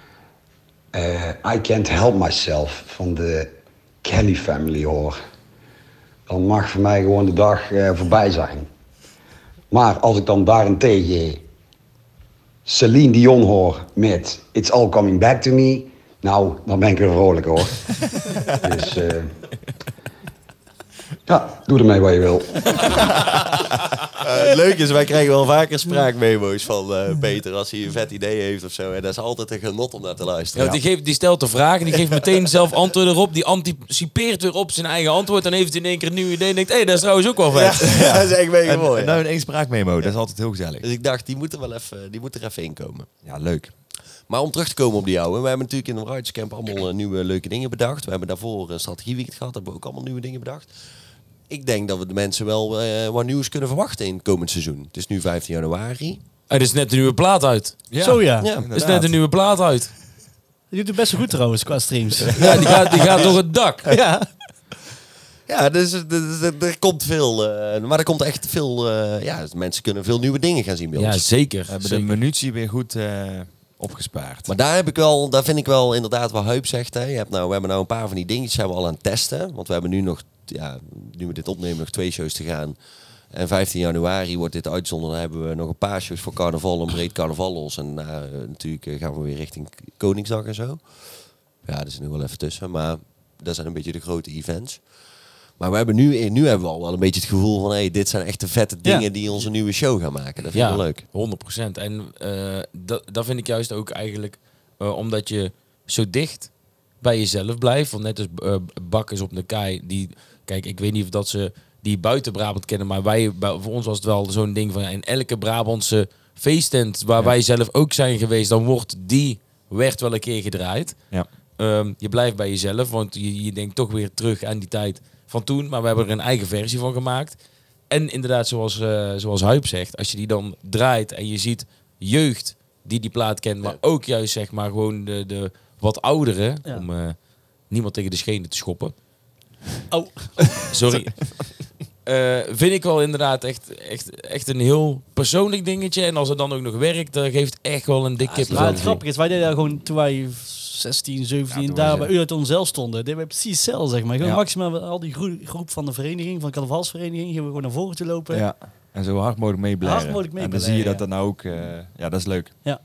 eh, I Can't Help Myself van de Kelly Family hoor. Dan mag voor mij gewoon de dag eh, voorbij zijn. Maar als ik dan daarentegen Celine Dion hoor met It's All Coming Back to Me, nou, dan ben ik weer vrolijk hoor. Dus eh, ja, doe ermee wat je wil. Uh, leuk is, wij krijgen wel vaker spraakmemo's van uh, Peter als hij een vet idee heeft of zo. En dat is altijd een genot om naar te Ja, luisteren. want die, geeft, die stelt de vraag en die geeft meteen zelf antwoord erop. Die anticipeert weer op zijn eigen antwoord. Dan heeft hij in één keer een nieuw idee en denkt... Hé, hey, dat is trouwens ook wel vet. Ja, dat is echt mega En, mooi. en ja. nou in één spraakmemo, dat is altijd heel gezellig. Dus ik dacht, die moet er wel even, die moet er even in komen. Ja, leuk. Maar om terug te komen op die oude. We hebben natuurlijk in de Riders Camp allemaal uh, nieuwe leuke dingen bedacht. We hebben daarvoor een strategieweekend gehad. Hebben we ook allemaal nieuwe dingen bedacht. Ik denk dat we de mensen wel uh, wat nieuws kunnen verwachten in het komend seizoen. Het is nu vijftien januari. Er is net een nieuwe plaat uit. Ja. Zo ja. Ja. Er is net een nieuwe plaat uit. Die doet het best wel goed trouwens, qua streams. Ja, die gaat, die gaat door het dak. ja. Ja, dus, dus, dus, er komt veel. Uh, maar er komt echt veel. Uh, ja, mensen kunnen veel nieuwe dingen gaan zien bij Ja, ons. zeker. We hebben zeker. de munitie weer goed uh, opgespaard. Maar daar heb ik wel, daar vind ik wel inderdaad wat Huip zegt. Hè. Je hebt nou, we hebben nou een paar van die dingetjes hebben we al aan het testen. Want we hebben nu nog, ja, nu we dit opnemen, nog twee shows te gaan. En vijftien januari wordt dit uitgezonden. Dan hebben we nog een paar shows voor carnaval en breed carnaval los. En uh, natuurlijk uh, gaan we weer richting Koningsdag en zo. Ja, er is nu wel even tussen. Maar dat zijn een beetje de grote events. Maar we hebben nu, nu hebben we al wel een beetje het gevoel van... Hey, dit zijn echt de vette dingen Ja. die onze nieuwe show gaan maken. Dat vind Ja, ik wel leuk. honderd procent. En uh, dat, dat vind ik juist ook eigenlijk... Uh, omdat je zo dicht bij jezelf blijft. Want net als uh, Bakkers op de Kei. Die, kijk, ik weet niet of dat ze die buiten Brabant kennen. Maar wij, bij, voor ons was het wel zo'n ding van... Ja, in elke Brabantse feesttent waar Ja. wij zelf ook zijn geweest... dan wordt die werd wel een keer gedraaid. Ja. Um, je blijft bij jezelf, want je, je denkt toch weer terug aan die tijd van toen. Maar we hebben er een eigen versie van gemaakt. En inderdaad, zoals, uh, zoals Huip zegt, als je die dan draait en je ziet jeugd die die plaat kent, maar ook juist zeg maar gewoon de, de wat ouderen, Ja. om uh, niemand tegen de schenen te schoppen. Oh. Sorry. Uh, vind ik wel inderdaad echt, echt, echt een heel persoonlijk dingetje. En als het dan ook nog werkt, dat geeft echt wel een dik Maar kippenvel. het grappige is, wij deden daar gewoon toen wij zestien, zeventien, Ja, toen daar was bij je- u uit onszelf stonden, deden we precies hetzelfde, zeg maar. Gewoon Ja. maximaal al die gro- groep van de vereniging, van de carnavalsvereniging, gingen we gewoon naar voren te lopen. Ja. En zo hard mogelijk meeblaren. Hard mogelijk En dan zie je dat meeblaren, dan ook... Uh, ja, dat is leuk. Ja.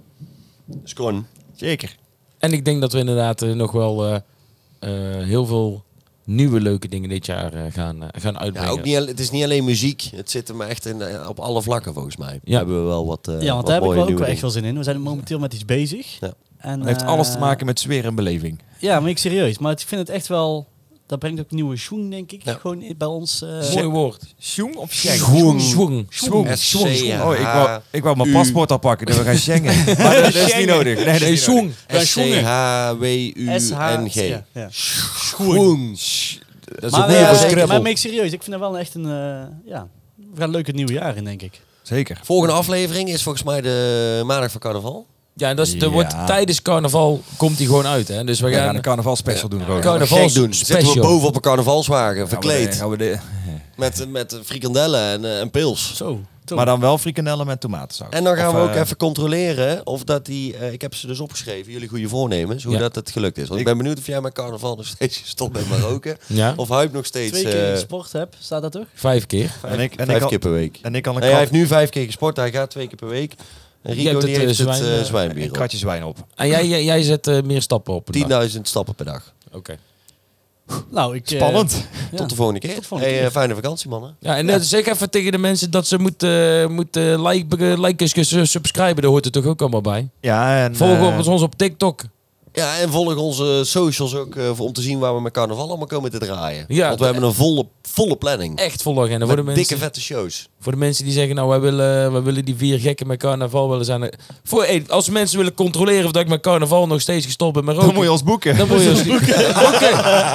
Scorn. Zeker. En ik denk dat we inderdaad uh, nog wel uh, uh, heel veel nieuwe leuke dingen dit jaar uh, gaan, uh, gaan Ja, uitbrengen. ook niet, al- het is niet alleen muziek. Het zit er maar echt in, eh, op alle vlakken volgens mij. Ja. Hebben we wel wat, uh, Ja, want wat daar heb ik mooie wel ook nieuwe wel echt dingen. wel zin in. We zijn momenteel met iets bezig. Ja. En, Het heeft eh, alles te maken met sfeer en beleving. Ja, maar ik serieus. Maar ik vind het echt wel... Dat brengt ook een nieuwe schoen, denk ik. Ja. Gewoon i- bij ons. eh, Mooi woord. Schoen of schenk? Schwung. Schwung. Schwung. S C H Oh, ik wou, ik wou mijn U. paspoort al pakken, dat we gaan schengen. Maar dat, dat is niet nodig. Nee, dat is Nee, niet Schwung. S C H W U S H N G. Ja, ja. Schoen. Dat is Maar, ook weer eh, voor Scrabble. maar, maar ik serieus, ik vind dat wel echt een... eh, ja, we gaan leuk het nieuwe jaar in, denk ik. Zeker. Volgende aflevering is volgens mij de maandag van carnaval. Ja, en dat is, er Ja. wordt tijdens carnaval komt hij gewoon uit. Hè? Dus we We gaan, gaan een carnaval special doen. Gewoon. Carnaval Gek doen. Zitten we special. boven op een carnavalswagen, Gaan we de- verkleed. gaan we de- Met, met frikandellen en, eh, en pils. Zo. maar dan wel frikandellen met tomatensaus. En dan gaan Of, we ook eh, even controleren of dat die... eh, ik heb ze dus opgeschreven, jullie goede voornemens, hoe Ja. dat het gelukt is. Want ik, Ik- ben benieuwd of jij met carnaval nog steeds gestopt bent met roken. Ja, Of Huip nog steeds... Twee keer eh, gesport heb, staat dat toch? vijf keer. En ik, en vijf ik al, keer per week. en ik kan een, Nee, hij krat- heeft nu vijf keer gesport, hij gaat twee keer per week. En Jij Rico hebt die het, heeft eh, het zwijn, eh, eh, zwijnbier een op. kratje zwijn op. En jij, jij, jij zet uh, meer stappen op een dag. tienduizend stappen per dag. Oké. Nou, ik... eh, Spannend. ja. Tot de volgende keer. Tot de volgende Hey, keer. eh, fijne vakantie, mannen. Ja, en uh, zeg even tegen de mensen dat ze moeten, moeten like, liken, subscriben. Daar hoort er toch ook allemaal bij. Ja, en... Volg eh, op ons op TikTok. Ja, en volg onze socials ook eh, voor- om te zien waar we met carnaval allemaal komen te draaien. Ja, Want we hebben een volle, volle planning. Echt volle agenda. Voor de, Met mensen, dikke vette shows. voor de mensen die zeggen, nou, wij willen, wij willen die vier gekken met carnaval willen zijn. Voor, hey, als mensen willen controleren of dat ik met carnaval nog steeds gestopt ben met roken. Dan moet je ons boeken. Dan moet je ons Oké.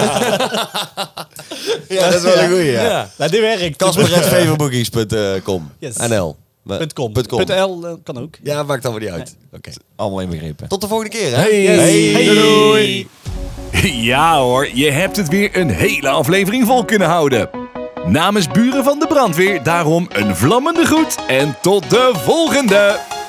Ja, dat is wel een goeie. Ja. Ja. Nou, dit werkt. Casper at favorbookings punt com. Yes. N L. Maar- Punt .com. Punt com. Punt .l eh, kan ook. Ja, maakt dan weer niet uit. Oké. Allemaal inbegrepen. Tot de volgende keer, hè? Hey. Hey. Doei. Ja hoor, je hebt het weer een hele aflevering vol kunnen houden. Namens Buren van de Brandweer daarom een vlammende groet en tot de volgende!